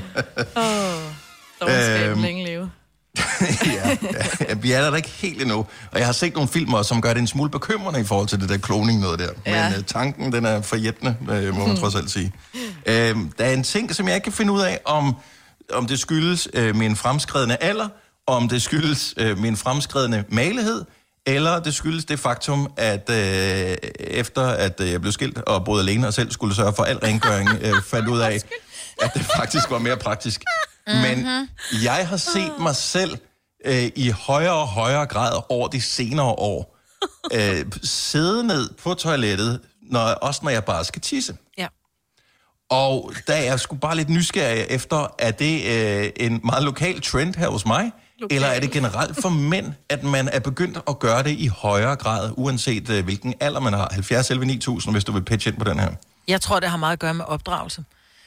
Der var skæben længe leve. ja, vi er der ikke helt endnu. Og jeg har set nogle filmer, som gør det en smule bekymrende i forhold til det der kloning noget der. Ja. Men tanken, den er forjættende, må man trods alt sige. Der er en ting, som jeg ikke kan finde ud af, om det skyldes min fremskredne alder, om det skyldes min fremskredne malighed, eller det skyldes det faktum, at efter at jeg blev skilt og boede alene og selv skulle sørge for al rengøring, fandt ud af, at det faktisk var mere praktisk. Men jeg har set mig selv i højere og højere grad over de senere år sidde ned på toilettet, også når jeg bare skal tisse. Ja. Og der er jeg sgu bare lidt nysgerrig efter, er det en meget lokal trend her hos mig? Eller er det generelt for mænd, at man er begyndt at gøre det i højere grad, uanset hvilken alder man har? 70 11 9000, hvis du vil pitche ind på den her. Jeg tror, det har meget at gøre med opdragelse.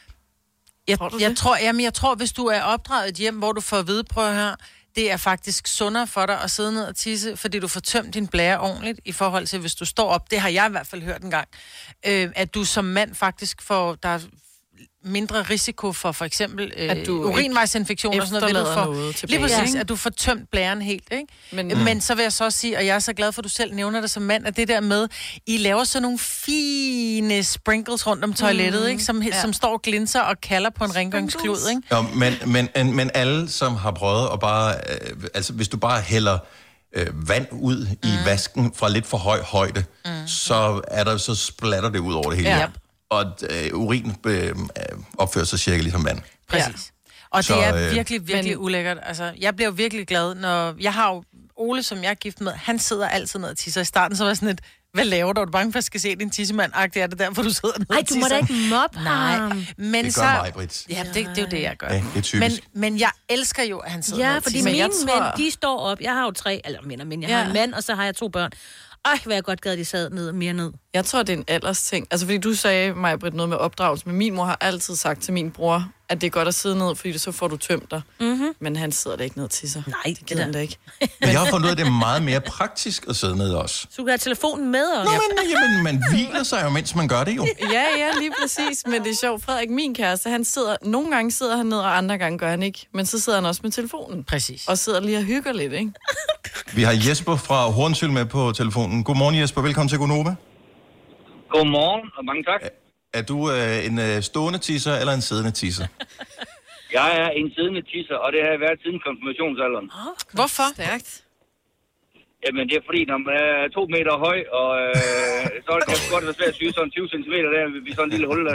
Jeg tror, hvis du er opdraget i et hjem, hvor du får at vide, prøv her, det er faktisk sundere for dig at sidde ned og tisse, fordi du får tømt din blære ordentligt, i forhold til, hvis du står op. Det har jeg i hvert fald hørt en gang. At du som mand faktisk får... Der er mindre risiko for eksempel urinvejsinfektioner og sådan noget. Lige præcis, at du får tømt blæren helt, ikke? Men så vil jeg så også sige, og jeg er så glad for, at du selv nævner det som mand, at det der med, I laver sådan nogle fine sprinkles rundt om toilettet, ikke? Som står og glinser og kalder på en rengøringsklud, ikke? Ja, men alle, som har prøvet at bare... altså, hvis du bare hælder vand ud i vasken fra lidt for høj højde, så splatter det ud over det hele. Ja. Og urin opfører sig cirka ligesom vand. Præcis. Ja. Og det er virkelig ulækkert. Altså, jeg bliver virkelig glad, når... Jeg har jo Ole, som jeg er gift med, han sidder altid ned og tisser. I starten så var sådan et, hvad laver du? Er du bange for, at skal se din tissemand-agtigt? Er det derfor, du sidder ned og tisser? Ej, du må da ikke mobbe ham. Nej, men det gør mig, Britt. Ja, det er jo det, jeg gør. Ja, det er typisk. Men jeg elsker jo, at han sidder ned og tisser. Ja, fordi mine mænd, de står op. Jeg har jo 3, eller men jeg har en mand, og så har jeg 2 børn. Ej, hvad jeg godt gad, de sad mere ned. Jeg tror, det er en alders ting. Altså, fordi du sagde mig, Britt, noget med opdragelse, men min mor har altid sagt til min bror, at det er godt at sidde ned, fordi så får du tømt dig. Men han sidder da ikke ned til sig. Nej, det gider han da ikke. Men jeg har fundet ud af, at det er meget mere praktisk at sidde ned også. Så du kan have telefonen med os. Nå, men man hviler sig jo, mens man gør det jo. Ja, lige præcis. Men det er sjovt. Frederik, min kæreste, nogle gange sidder han ned, og andre gange gør han ikke. Men så sidder han også med telefonen. Præcis. Og sidder lige og hygger lidt, ikke? Vi har Jesper fra Hornsyld med på telefonen. Godmorgen, Jesper. Velkommen til Gonova. Godmorgen, og mange tak. Er du en stående tisser eller en siddende tisser? Jeg er en siddende tisser, og det har jeg været siden konfirmationsalderen. Hvorfor? Stærkt. Jamen, det er fordi, når man er 2 meter høj, og så er det godt være svært at syge sådan 20 cm der, ved sådan en lille hul der.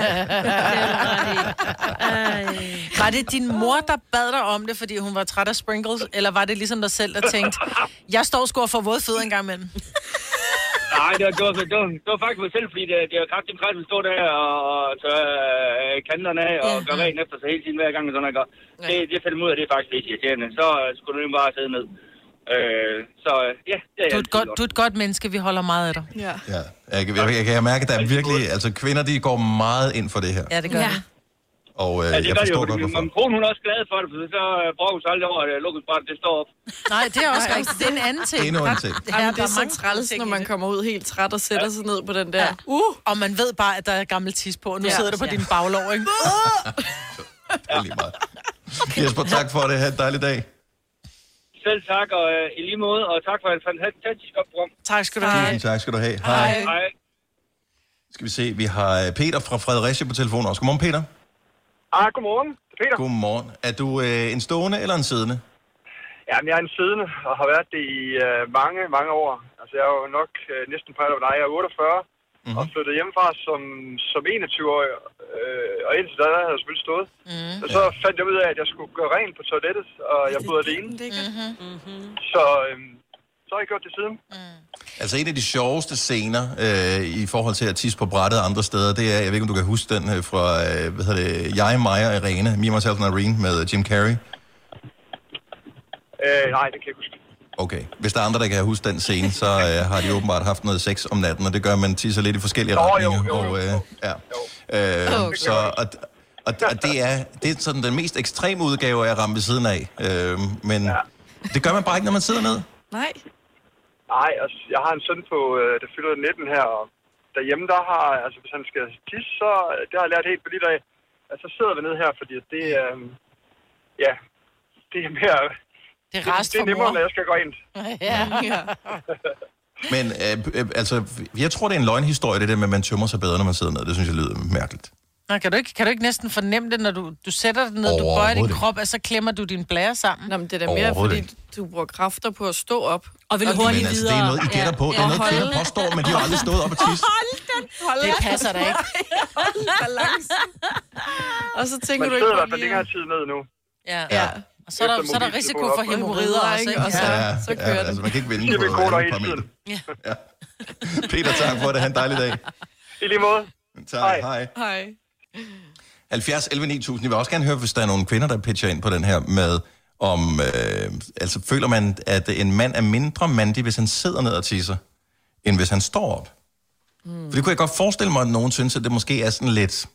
Var det din mor, der bad dig om det, fordi hun var træt af sprinkles, eller var det ligesom dig selv, der tænkte, jeg står sgu og får våde fødder en gang imellem? Nej, det var faktisk mig selv, fordi det var kraftigt træt, at stå der og tørre kanterne af og gøre ren efter sig hele tiden hver gang. Sådan noget. Det fandt ud af, det er faktisk lidt irriterende. Så skulle du jo bare sidde ned. Så ja, det er du er et godt menneske, vi holder meget af dig. Ja. Jeg kan mærke, at der er virkelig... Altså, kvinder, de går meget ind for det her. Ja, det gør de. Og det jeg forstår godt, hvorfor. Min kone, hun er også glad for det, for så bruger hun så aldrig over, at luksusbrættet, det står op. Nej, det er også rigtigt. Det er en anden ting. Det er endnu en ting. Jamen, det er så træls, når man kommer ud helt træt og sætter sig ned på den der. Og man ved bare, at der er gammel tis på, og nu sidder du på din baglov, ikke? Det er lige meget. Jesper, tak for det. Ha' en dejlig dag. Selv tak, og i lige måde, og tak for et fantastisk godt program. Tak skal du have. Tak skal du have. Hej. Skal vi se, vi har Peter fra Fredericia på telefonen også. Godmorgen, Peter. Godmorgen. Peter. Godmorgen. Er du en stående eller en siddende? Jamen, jeg er en siddende, og har været det i mange år. Altså, jeg er jo nok næsten på alder, jeg er 48, og flyttede hjemmefra som 21-årig, og indtil da havde jeg selvfølgelig stået. Og så fandt jeg ud af, at jeg skulle gøre rent på toilettet, og jeg boede alene. Så har jeg gjort det siden. Altså en af de sjoveste scener i forhold til at tisse på brættet andre steder, det er, jeg ved ikke om du kan huske den fra, Jeg, Maja og Irene, Me, Myself and Irene med Jim Carrey. Nej, det kan jeg huske. Okay. Hvis der er andre, der kan huske den scene, så har de åbenbart haft noget sex om natten, og det gør, man tisser lidt i forskellige retninger. Og det er sådan den mest ekstreme udgave af at ramme ved siden af. Men det gør man bare ikke, når man sidder ned. Nej, altså, jeg har en søn på, der fylder 19 her, og derhjemme, der har, altså hvis han skal tisse, så det har jeg lært helt på lige dag, at så sidder vi ned her, fordi det er, det er mere... Det er nemmere, når jeg skal gå ind. Men altså, jeg tror, det er en løgnhistorie, det der med, at man tømmer sig bedre, når man sidder ned. Det synes jeg lyder mærkeligt. Nå, kan du ikke næsten fornemme det, når du sætter dig ned, du bøjer din krop, og så klemmer du din blære sammen? Nå, men det er da mere, fordi du bruger kræfter på at stå op. Og vil hurtigt videre. Det er noget, I gætter på. Det er noget, kvinder påstår, men de har aldrig stået op og tisse. Det passer da ikke. Og så tænker du ikke... Man sidder i hvert fald længere tid ned nu. Ja. Og så er der risiko for hæmorrider også, ikke? Og så kører det. Altså, man kan ikke vinde på et par meter. Ja. Peter, tak for det. Ha' en dejlig dag. I lige måde. Tak. Hej. 70 11 9000. Jeg vil også gerne høre, hvis der er nogle kvinder, der pitcher ind på den her med, om altså føler man, at en mand er mindre mandig, hvis han sidder ned og tisser, end hvis han står op. For det kunne jeg godt forestille mig, at nogen synes, at det måske er sådan lidt...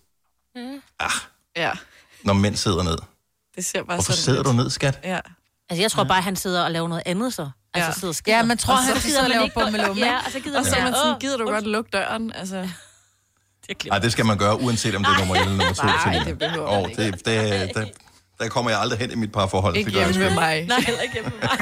når mænd sidder ned. Det ser bare hvorfor sidder du ned, skat? Ja. Altså, jeg tror bare, han sidder og laver noget andet så. Altså, sidder og ja, man tror, han sidder og laver bummelum. Ja, og så gider man sådan, gider du godt lukke døren? Altså... Nej, det skal man gøre, uanset om det er nummer 1 eller nummer 2. Nej, det behøver man ikke. Der kommer jeg aldrig hen i mit parforhold. Ikke hjemme med mig. Nej, heller ikke hjemme med mig.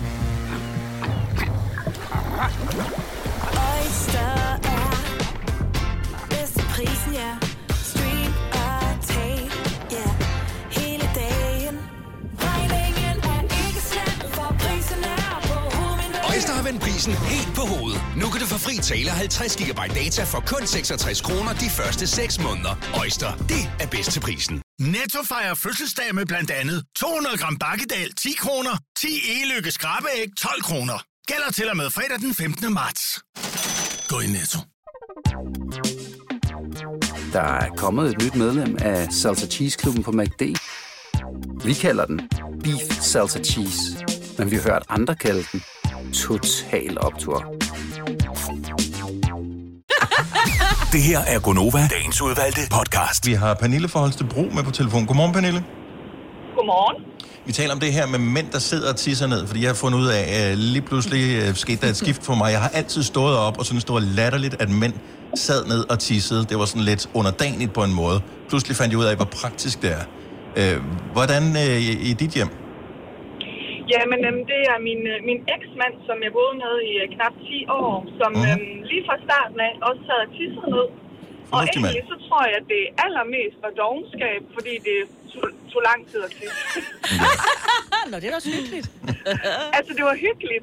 Øjster har vendt prisen helt på hovedet. Nu kan du få fri tale 50 GB data for kun 66 kroner de første 6 måneder. Øjster, det er bedst til prisen. Netto fejrer fødselsdag med blandt andet 200 gram bakkedal 10 kroner, 10 e-lykke skrabeæg 12 kroner. Gælder til og med fredag den 15. marts. Gå i Netto. Der er kommet et nyt medlem af Salsa Cheese Klubben på McD. Vi kalder den Beef Salsa Cheese, men vi har hørt andre kalde den Total Optur. Det her er Gonova, dagens udvalgte podcast. Vi har Pernille fra Holstebro med på telefon. Godmorgen, Pernille. Godmorgen. Vi taler om det her med mænd, der sidder og tisser ned, fordi jeg har fundet ud af, lige pludselig skete der et skift for mig. Jeg har altid stået op og synes, det var latterligt, at mænd sad ned og tissede. Det var sådan lidt underdanigt på en måde. Pludselig fandt jeg ud af, hvor praktisk det er. Hvordan i dit hjem? Jamen, det er min eksmand, som jeg boede med i knap 10 år, som lige fra starten af også sad og tissede ned. Og egentlig så tror jeg, at det allermest var dovenskab, fordi det tog lang tid at tisse. Nå, det er da også hyggeligt. Altså, det var hyggeligt.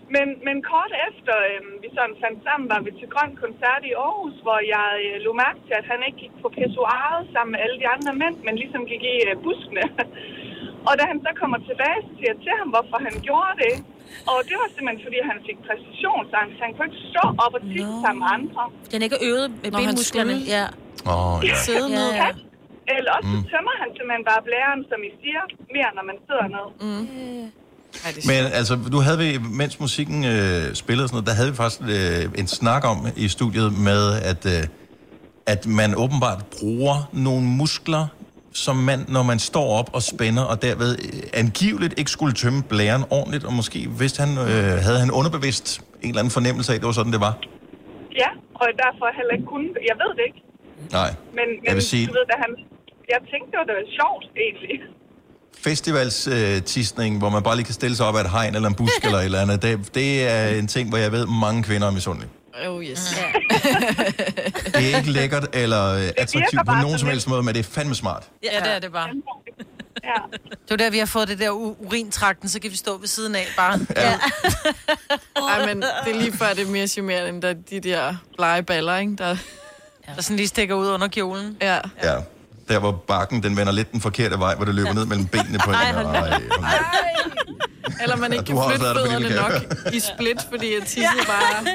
Men kort efter vi sådan fandt sammen, var vi til Grøn Koncert i Aarhus, hvor jeg lå mærke til, at han ikke gik på pissoiret sammen med alle de andre mænd, men ligesom gik i buskene. Og da han så kommer tilbage, så siger jeg til ham, hvorfor han gjorde det. Og det var simpelthen, fordi han fik præstationsangst. Han kunne ikke stå op og tisse sammen med andre. Den ikke øvet med benmusklerne. Ja. Sidde ned. Ja. Eller også så tømmer han simpelthen bare blæren, som I siger, mere når man sidder ned. Men altså, nu havde vi, mens musikken spillede sådan noget, der havde vi faktisk en snak om i studiet med, at man åbenbart bruger nogle muskler som mand, når man står op og spænder, og derved angiveligt ikke skulle tømme blæren ordentligt, og måske vidste han, havde han underbevidst en eller anden fornemmelse af, at det var sådan, det var? Ja, og derfor heller ikke kunne. Jeg ved det ikke. Nej, men jeg vil sige... Du ved, jeg tænkte, det var sjovt, egentlig. Festivalstisning, hvor man bare lige kan stille sig op af et hegn eller en busk eller et eller andet, det er en ting, hvor jeg ved, mange kvinder er misundelige. Oh yes. Det er ikke lækkert eller attraktivt på nogen som helst måde, men det er fandme smart. Ja, det er det bare. Ja. Det var der, vi har fået det der urintrakten, så kan vi stå ved siden af bare. Ja. Ej, men det er lige før, det er mere charmerende, end der de der blege baller, ikke? Der sådan lige stikker ud under kjolen. Ja. Ja. Der hvor bakken, den vender lidt den forkerte vej, hvor det løber ned mellem benene på hende. Eller man ikke kan flytte fødderne nok i split, fordi at tisset bare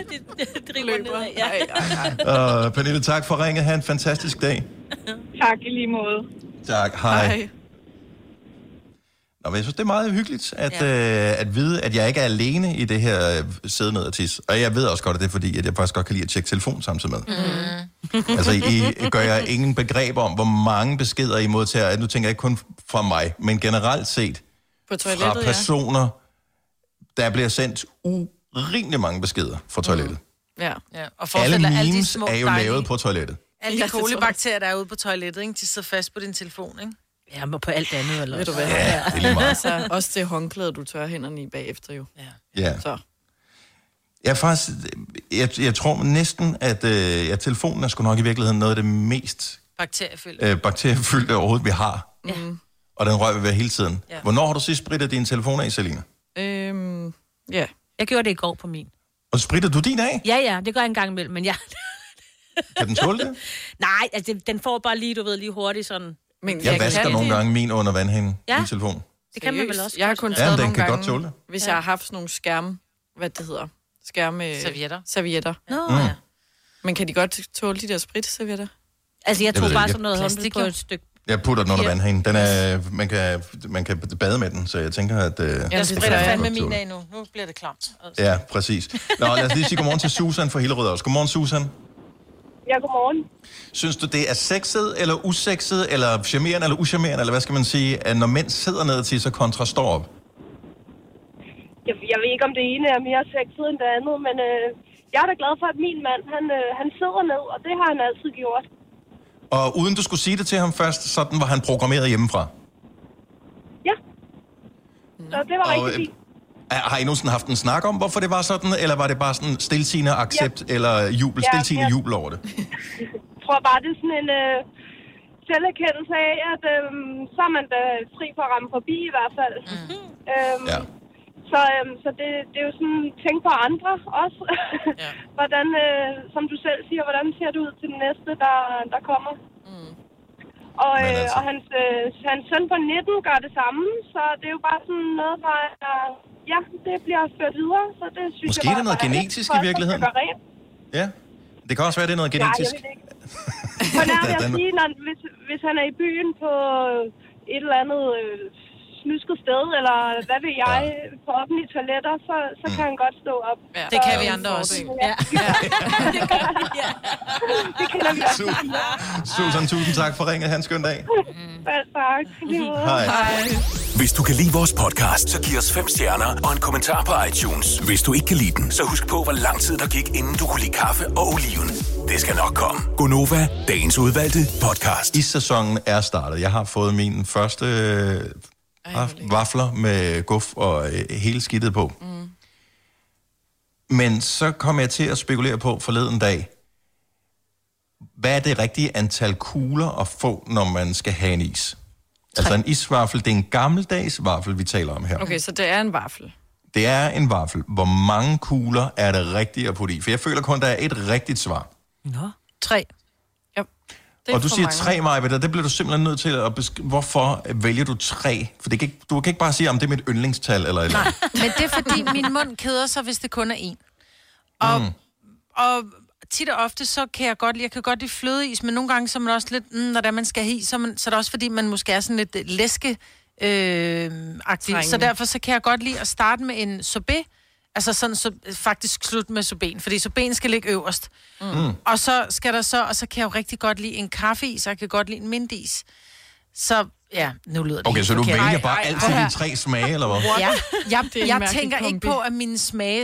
løber. Pernille, tak for ringet. Ha' en fantastisk dag. Tak i lige måde. Tak, hej. Nå, men jeg synes, det er meget hyggeligt at vide, at jeg ikke er alene i det her sidde ned og tisse. Og jeg ved også godt, at det er fordi, at jeg faktisk godt kan lide at tjekke telefon samtidig med. Altså, I gør jeg ingen begreb om, hvor mange beskeder I modtager. Nu tænker jeg ikke kun fra mig, men generelt set fra personer, der bliver sendt urimelig mange beskeder fra toilettet. Ja. Og alle memes de små er jo lavet på toilettet. Alle de kolibakterier, der er ude på toilettet, ikke? De sidder fast på din telefon, ikke? Ja, men på alt andet, eller? Ved du hvad? Ja, det er lige meget. Altså, også det håndklæde, du tørrer hænderne i bagefter jo. Ja. Så. Jeg tror næsten, at telefonen er sgu nok i virkeligheden noget af det mest bakteriefyldte overhovedet, vi har. Ja. Og den rører vi ved hele tiden. Ja. Hvornår har du sidst sprittet din telefon af, Selina? Ja. Jeg gjorde det i går på min. Og sprittede du din af? Ja, det gør jeg en gang imellem, men Kan den tåle det? Nej, altså den får bare lige hurtigt sådan. Men jeg vasker nogle gange min under vandhænden i telefonen. Det kan man vel også. Jeg har kun taget nogle gange, godt tåle det. Hvis jeg har haft sådan nogle servietter. Ja. Men kan de godt tåle de der spritservietter? Altså, jeg tog bare sådan noget håndklæde på et stykke. Jeg putter den under vandhænden. Den er, man kan bade med den, så jeg tænker, at... Jeg spritter fandme min af nu. Nu bliver det klamt. Altså. Ja, præcis. Nå, lad os lige sige godmorgen til Susan fra Hillerød også. Godmorgen, Susan. Ja, godmorgen. Synes du, det er sexet, eller usexet, eller charmerende, eller ucharmerende, eller hvad skal man sige, at når mænd sidder ned til, så kontra står op? Jeg ved ikke, om det ene er mere sexet end det andet, men jeg er da glad for, at min mand, han sidder ned, og det har han altid gjort. Og uden du skulle sige det til ham først, sådan var han programmeret hjemmefra? Ja. Så det var rigtig fint. Har I nogensinde haft en snak om, hvorfor det var sådan, eller var det bare sådan stiltigende accept, eller stiltigende jubel over det? Jeg tror bare, det er sådan en selverkendelse af, at så er man da fri for at ramme forbi i hvert fald. Så det er jo sådan, tænk på andre også. Hvordan, som du selv siger, hvordan ser det ud til den næste, der kommer? Og hans søn på 19 gør det samme, så det er jo bare sådan noget, der det bliver ført videre. Så det synes måske jeg det er noget genetisk i virkeligheden. Ja, det kan også være, det er noget genetisk. Ja, jeg ved ikke. For nær vil jeg sige, hvis han er i byen på et eller andet snusket sted, eller hvad ved jeg, på offentlige toiletter, så kan han godt stå op. Ja. Det kan vi andre også. Ja. Det kender vi også. Susan, tusind tak for ringet. Han skøn dag. Tak. Hej. Hvis du kan lide vores podcast, så giv os 5 stjerner og en kommentar på iTunes. Hvis du ikke kan lide den, så husk på, hvor lang tid der gik, inden du kunne lide kaffe og oliven. Det skal nok komme. Gonova, dagens udvalgte podcast. Is-sæsonen er startet. Jeg har fået min første vafler med guf og hele skidtet på. Men så kom jeg til at spekulere på forleden dag, hvad er det rigtige antal kugler at få, når man skal have en is? 3. Altså en isvaffel, det er en gammeldags vaffel, vi taler om her. Okay, så det er en vaffel. Det er en vaffel. Hvor mange kugler er det rigtigt at putte i? For jeg føler kun, der er et rigtigt svar. Nå, 3. Ja. Og du siger 3, Maja, det bliver du simpelthen nødt til at beskrive. Hvorfor vælger du 3? For du kan ikke bare sige, om det er mit yndlingstal eller et. Nej, men det er fordi, min mund keder sig, hvis det kun er 1. Og tit og ofte, så kan jeg godt lide flødeis, men nogle gange, så er man også lidt, når man skal have i, så er det også fordi, man måske er sådan lidt læske agtig. Så derfor så kan jeg godt lide at starte med en sorbet, altså sådan så faktisk slut med sorbeten, fordi sorbeten skal ligge øverst. Og så skal der så, og så kan jeg jo rigtig godt lide en kaffeis, og jeg kan godt lide en mintis. Så ja, nu lyder det okay, så du forkert. vælger bare altid de 3 smage, eller hvad? Ja, jeg tænker ikke på, at mine smage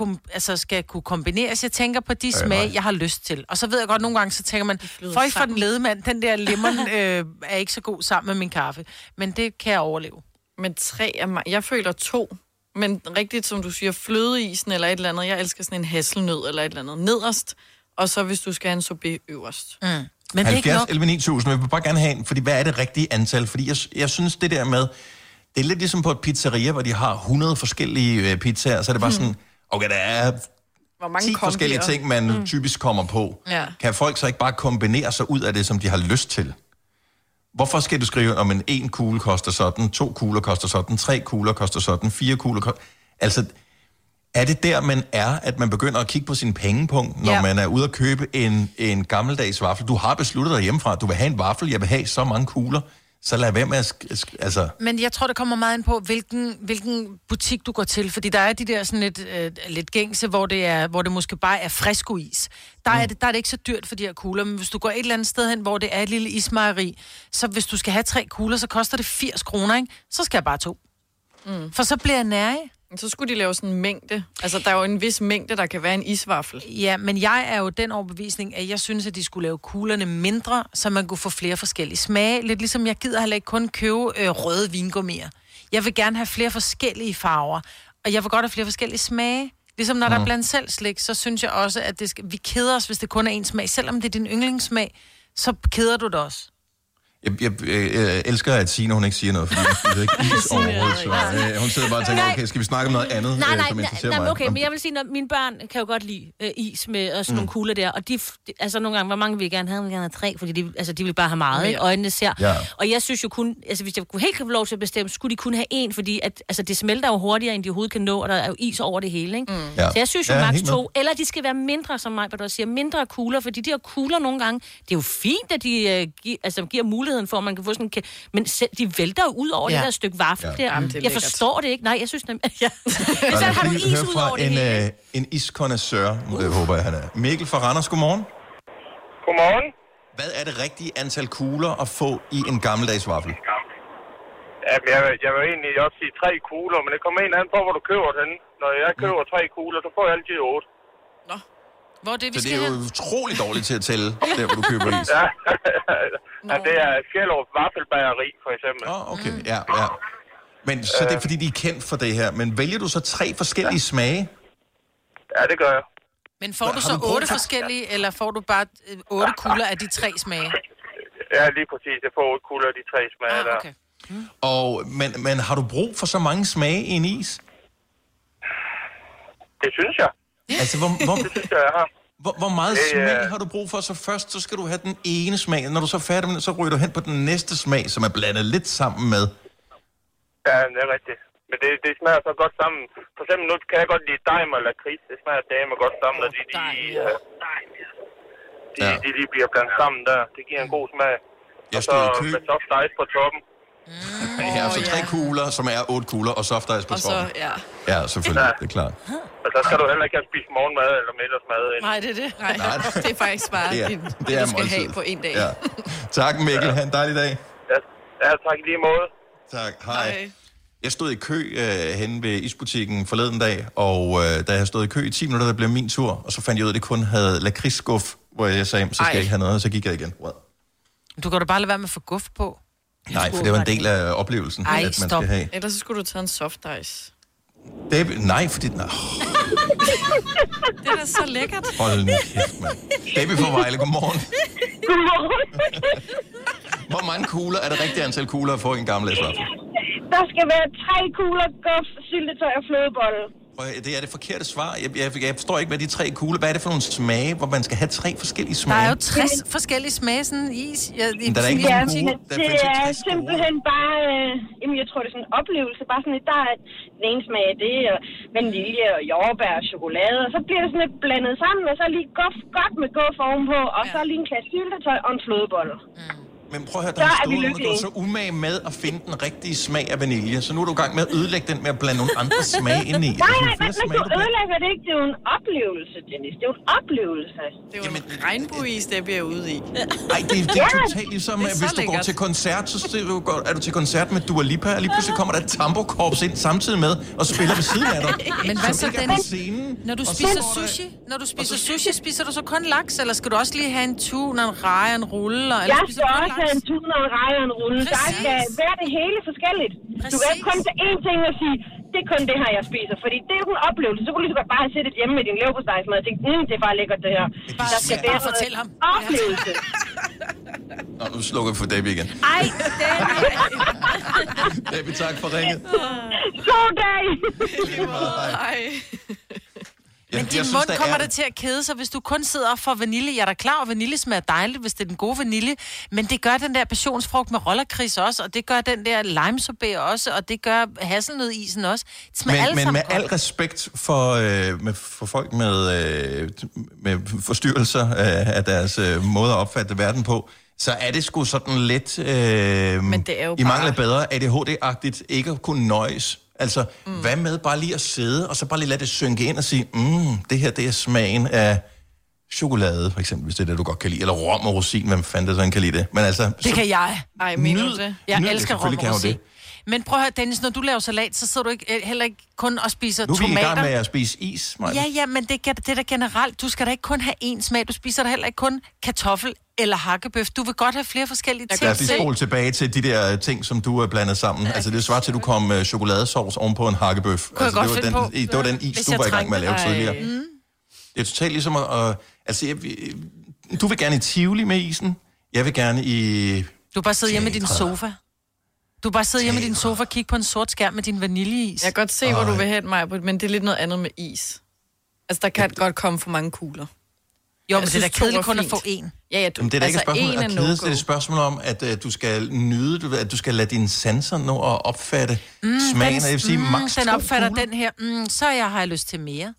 skal kunne kombineres. Jeg tænker på de smage, jeg har lyst til. Og så ved jeg godt, nogle gange, så tænker man, for den ledemand, den der lemon er ikke så god sammen med min kaffe. Men det kan jeg overleve. Men 3 er mig. Jeg føler 2. Men rigtigt, som du siger, flødeisen eller et eller andet. Jeg elsker sådan en hasselnød eller et eller andet nederst. Og så hvis du skal have en sorbet øverst. Men 70, 11, 9000, jeg vil bare gerne have en, fordi hvad er det rigtige antal? Fordi jeg synes, det der med, det er lidt ligesom på et pizzeria, hvor de har 100 forskellige pizzaer, så er det bare sådan, okay, der er 10 forskellige ting, man typisk kommer på. Ja. Kan folk så ikke bare kombinere sig ud af det, som de har lyst til? Hvorfor skal du skrive, om en kugle koster sådan, 2 kugler koster sådan, 3 kugler koster sådan, 4 kugler koster... Altså, er det der, man er, at man begynder at kigge på sin pengepunkt, når man er ude at købe en gammeldags vaffel? Du har besluttet dig hjemmefra, at du vil have en vaffel, jeg vil have så mange kugler, så lad være med at... Men jeg tror, det kommer meget ind på, hvilken butik du går til, fordi der er de der sådan lidt gængse, hvor det måske bare er friskois. Der er det ikke så dyrt for de her kugler, men hvis du går et eller andet sted hen, hvor det er et lille ismejeri, så hvis du skal have 3 kugler, så koster det 80 kroner, ikke? Så skal jeg bare 2. For så bliver jeg nærig. Så skulle de lave sådan en mængde. Altså, der er jo en vis mængde, der kan være en isvaffel. Ja, men jeg er jo den overbevisning, at jeg synes, at de skulle lave kuglerne mindre, så man kunne få flere forskellige smage. Lidt ligesom jeg gider heller ikke kun købe røde vingummier. Jeg vil gerne have flere forskellige farver, og jeg vil godt have flere forskellige smage. Ligesom når der er blandt selv slik, så synes jeg også, at vi keder os, hvis det kun er en smag. Selvom det er din yndlingssmag, så keder du det også. Jeg elsker, at Signe, hun ikke siger noget, fordi hun ved ikke is overhovedet. Så hun sidder bare og tænker, okay, skal vi snakke om noget andet, som interesserer mig? Okay, men jeg vil sige, at mine børn kan jo godt lide is med og sådan nogle kugler der, og de, altså nogle gange, hvor mange vil jeg gerne have? Jeg vil gerne have 3, fordi de vil bare have meget, ikke? Øjnene ser. Ja. Og jeg synes jo kun, altså hvis jeg kunne helt få lov til at bestemme, skulle de kun have 1, fordi at, altså, det smelter jo hurtigere, end de overhovedet kan nå, og der er jo is over det hele, ikke? Så jeg synes jo maks 2, eller de skal være mindre, som mig, hvad du siger, mindre kugler, fordi de her kugler nogle gange, det er jo fint, at de giver muligheden for, at man kan få sådan en... Men selv, de vælter jo ud over det der stykke vaffel der. Jamen, jeg forstår det ikke. Nej, jeg synes nemlig... Ja. Så har du is ud over det hele. En iskonnoisseur, håber jeg, han er. Mikkel fra Randers, godmorgen. Godmorgen. Hvad er det rigtige antal kugler at få i en gammeldags vaffel? Jeg vil egentlig også sige 3 kugler, men det kommer en anden på, hvor du køber den. Når jeg køber 3 kugler, så får jeg altid 8. Nå. Hvor det, vi så det er jo utroligt dårligt til at tælle, der hvor du køber is. Ja, det er Fjellov Vaffelbageri, for eksempel. Okay, ja. Men så det er fordi, de er kendt for det her. Men vælger du så 3 forskellige smage? Ja, det gør jeg. Men får du så 8 forskellige, eller får du bare 8 kugler af de 3 smage? Ja, lige præcis. Jeg får 8 kugler af de 3 smage okay. der. Men har du brug for så mange smage i en is? Det synes jeg. Altså, det synes jeg har. Hvor meget smag har du brug for? Så først så skal du have den ene smag. Når du så er færdig med den, så ryger du hen på den næste smag, som er blandet lidt sammen med. Ja, det er rigtigt. Men det smager så godt sammen. For eksempel nu kan jeg godt lide dejm eller lakrids. Det smager dame godt sammen, når de lige bliver blandet sammen der. Det giver en god smag. Og så med soft ice på toppen. Ja, så 3 kugler, som er 8 kugler, og soft ice på toppen. Ja, selvfølgelig, det er klart. Og så skal du heller ikke have spist morgenmad eller middagsmad. Nej, det er det. Nej. Det er faktisk bare det du skal have på en dag. Ja. Tak, Mikkel. Ha' en dejlig dag. Ja, tak i lige måde. Tak, hej. Jeg stod i kø henne ved isbutikken forleden dag, og da jeg stod i kø i 10 minutter, der blev min tur, og så fandt jeg ud af, at det kun havde lakridsskuff, hvor jeg sagde, så skal jeg ikke have noget, og så gik jeg igen. Du kan da bare lade være med at få guf på. Nej, for det var en del af oplevelsen, at man skal have. Ellers så skulle du tage en soft ice. Nej, fordi... Det er da så lækkert. Hold nu kæft, mand. Baby fra Vejle, godmorgen. Godmorgen. Hvor mange kugler er det rigtige antal kugler at få i en gammeldags vaffel? Der skal være 3 kugler guf, syltetøj og flødebolle. Det er det forkerte svar. Jeg forstår ikke, hvad de 3 kugler... Hvad er det for nogle smage, hvor man skal have 3 forskellige smage? Der er jo 60 forskellige smage, sådan is. Der er ikke nogen kugle. Det er simpelthen bare... jeg tror, det er sådan en oplevelse. Bare sådan, der er den ene smag af det, og vanilje og jordbær og chokolade. Og så bliver det sådan lidt blandet sammen, og så lige godt med guf ovenpå, og så lige en klasse syltetøj og en flødebolle. Men prøv at høre, der har stået, at du er så umage med at finde den rigtige smag af vanilje, så nu er du i gang med at ødelægge den med at blande nogle andre smage ind i. Nej, men du ødelægger det ikke. Det er jo en oplevelse, Dennis. Det er jo en oplevelse. Det er jo en regnbueis, der bliver ude i. Ej, det er totalt ligesom, hvis du går til koncert, så er du til koncert med Dua Lipa, og lige pludselig kommer der et tambokorps ind samtidig med, og spiller ved siden af dig. Men hvad så, Dennis? Når du spiser sushi, spiser du så kun laks, eller skal du også lige have en tuna, en reje, en rulle? Jeg skal også have en tuna, en reje og en rulle. Der skal være det hele forskelligt. Du kan ikke kun til én ting og sige, det er kun det her, jeg spiser. Fordi det er jo en oplevelse. Så kunne du lige så godt bare have siddet hjemme med din leverpostejsmad og tænkt, det er bare lækkert det her. Der skal være fortæl ham. Oplevelse. Nå, nu slukker vi for Debbie igen. Ej, Debbie, tak for ringet. God dag. Ej. Men din mund kommer der til at kede sig, hvis du kun sidder og får vanilje. Jeg er da klar, at vanilje smager dejligt, hvis det er den gode vanilje. Men det gør den der passionsfrugt med rollerkris også, og det gør den der limesorbet også, og det gør hasselnødisen også. Det smager men med al respekt for folk med forstyrrelser af deres måde at opfatte verden på, så er det sgu sådan lidt men det er jo i mangel af bedre ADHD-agtigt ikke at kunne nøjes. Altså, hvad med bare lige at sidde, og så bare lige lade det synke ind og sige, det her, det er smagen af chokolade, for eksempel, hvis det er det, du godt kan lide, eller rom og rosin, hvem fanden der sådan kan lide det. Men altså, det kan jeg. Ej, mener du det? Jeg elsker rom og rosin. Men prøv at høre, Dennis, når du laver salat, så sidder du heller ikke kun og spiser tomater. Nu er vi i gang med at spise is, Maja. Ja, men det er da generelt. Du skal da ikke kun have én smag. Du spiser da heller ikke kun kartoffel eller hakkebøf. Du vil godt have flere forskellige ting. Lad os lige spole tilbage til de der ting, som du har blandet sammen. Altså, det svarer til, at du kom med chokoladesauce ovenpå en hakkebøf. Altså, det var den is, du var i gang med at lave tidligere. Det er totalt ligesom at... Altså, du vil gerne i Tivoli med isen. Jeg vil gerne i... Du bare sidder hjemme i din sofa. Du bare sidder hjemme i din sofa og kigger på en sort skærm med din vaniljeis. Jeg kan godt se, hvor du vil have mig, men det er lidt noget andet med is. Altså, der kan godt komme for mange kugler. Jo, men det er da kedeligt kun at få én. Ja, men det er da ikke et spørgsmål om at kede, det er et spørgsmål om, at du skal nyde, at du skal lade dine sanser nå at opfatte smagen. Jeg vil sige, max den opfatter den her, så har jeg lyst til mere.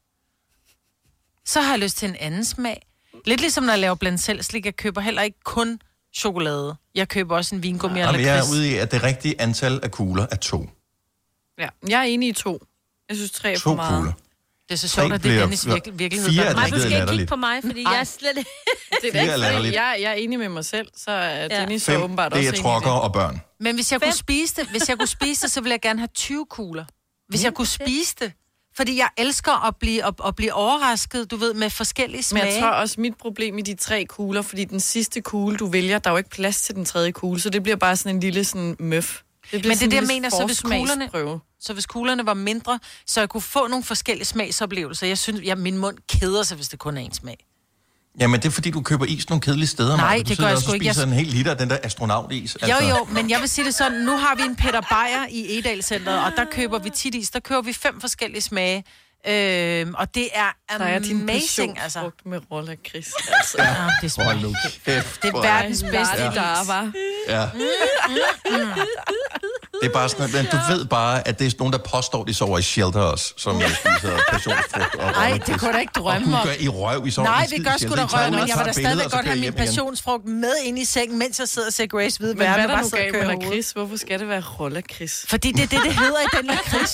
Så har jeg lyst til en anden smag. Lidt ligesom når jeg laver blandt selv slik, jeg køber heller ikke kun chokolade. Jeg køber også en vingummi eller lakrids. Jeg er ude i, at det rigtige antal af kugler er 2. Ja, jeg er enig i 2. Jeg synes 3 er for meget. 2 kugler. Det er så sjovt, at det er Dennis virkelighed. 4 er du skal latterligt. kigge på mig, fordi jeg er slet ikke... Det er ikke, fordi jeg er enig med mig selv, så er Dennis så åbenbart også enig i det. Det er trokker og børn. Men hvis jeg kunne spise det, så ville jeg gerne have 20 kugler. Hvis jeg kunne spise det. Fordi jeg elsker at blive overrasket, du ved, med forskellige smage. Men jeg tror også, mit problem i de 3 kugler, fordi den sidste kugle, du vælger, der er jo ikke plads til den 3. kugle, så det bliver bare sådan en lille sådan møf. Men det er det, jeg mener, så hvis kuglerne var mindre, så jeg kunne få nogle forskellige smagsoplevelser. Jeg synes, min mund keder sig, hvis det kun er en smag. Jamen, det er fordi, du køber is nogle kedelige steder. Nej, det gør jeg sgu ikke. Du spiser en hel liter af den der astronautis. Altså. Jo, men jeg vil sige det sådan, nu har vi en Peter Beyer i Edalcenteret, og der køber vi tit is. Der køber vi 5 forskellige smage. Og det er amazing, altså. Med rollerkris. Altså. Ja, det smager. Det er verdens bedste is. Ja. Det er bare sådan, men du ved bare, at det er nogen, der påstår, de sover i shelter også, som spiser passionsfrugt og nej, det kunne da ikke drømme om. I røv, I sover. Nej, det gør sgu da røv, men jeg vil da stadigvæk godt have min passionsfrugt med ind i sengen, mens jeg sidder og ser Grace hvide verden. Men hvad er der nu galt med lakrids? Hvorfor skal det være rollerkris? Fordi det er det hedder i den lakrids.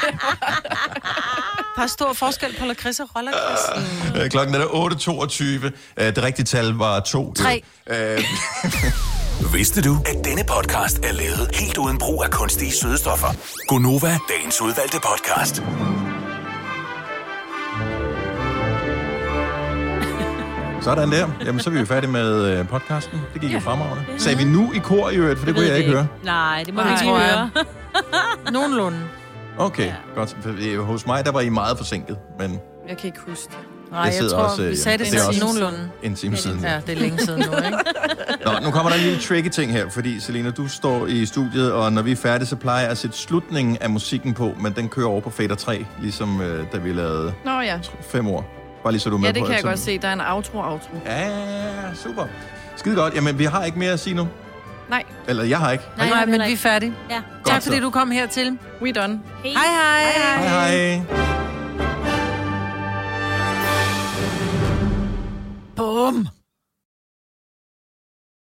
Der er stor forskel på lakrids og rollerkris. Klokken er 8.22. Det rigtige tal var 2. 3. Vidste du, at denne podcast er lavet helt uden brug af kunstige sødestoffer? Gonova, dagens udvalgte podcast. Sådan der. Jamen, så er vi jo færdige med podcasten. Det gik jo fremragende. Sagde vi nu i kor i øvrigt, for det kunne jeg ikke høre. Nej, det må vi ikke høre. Nogenlunde. Okay, godt. Hos mig, der var I meget forsinket, men... Jeg kan ikke huske det. Nej, jeg tror, også, vi sagde det også nogenlunde. En time siden. Ja, det er længe siden nu, ikke? Nå, nu kommer der en lille tricky ting her, fordi Selina, du står i studiet, og når vi er færdige, så plejer jeg at sætte slutningen af musikken på, men den kører over på fader 3, ligesom da vi lavede 5 år. Bare lige så du er med på. Ja, det kan jeg godt se. Der er en outro. Ja, super. Skide godt. Jamen, vi har ikke mere at sige nu. Nej. Eller jeg har ikke. Nej, men vi er færdige. Ja. Tak fordi du kom hertil. We done. Hej. Hej. Hej. Bum.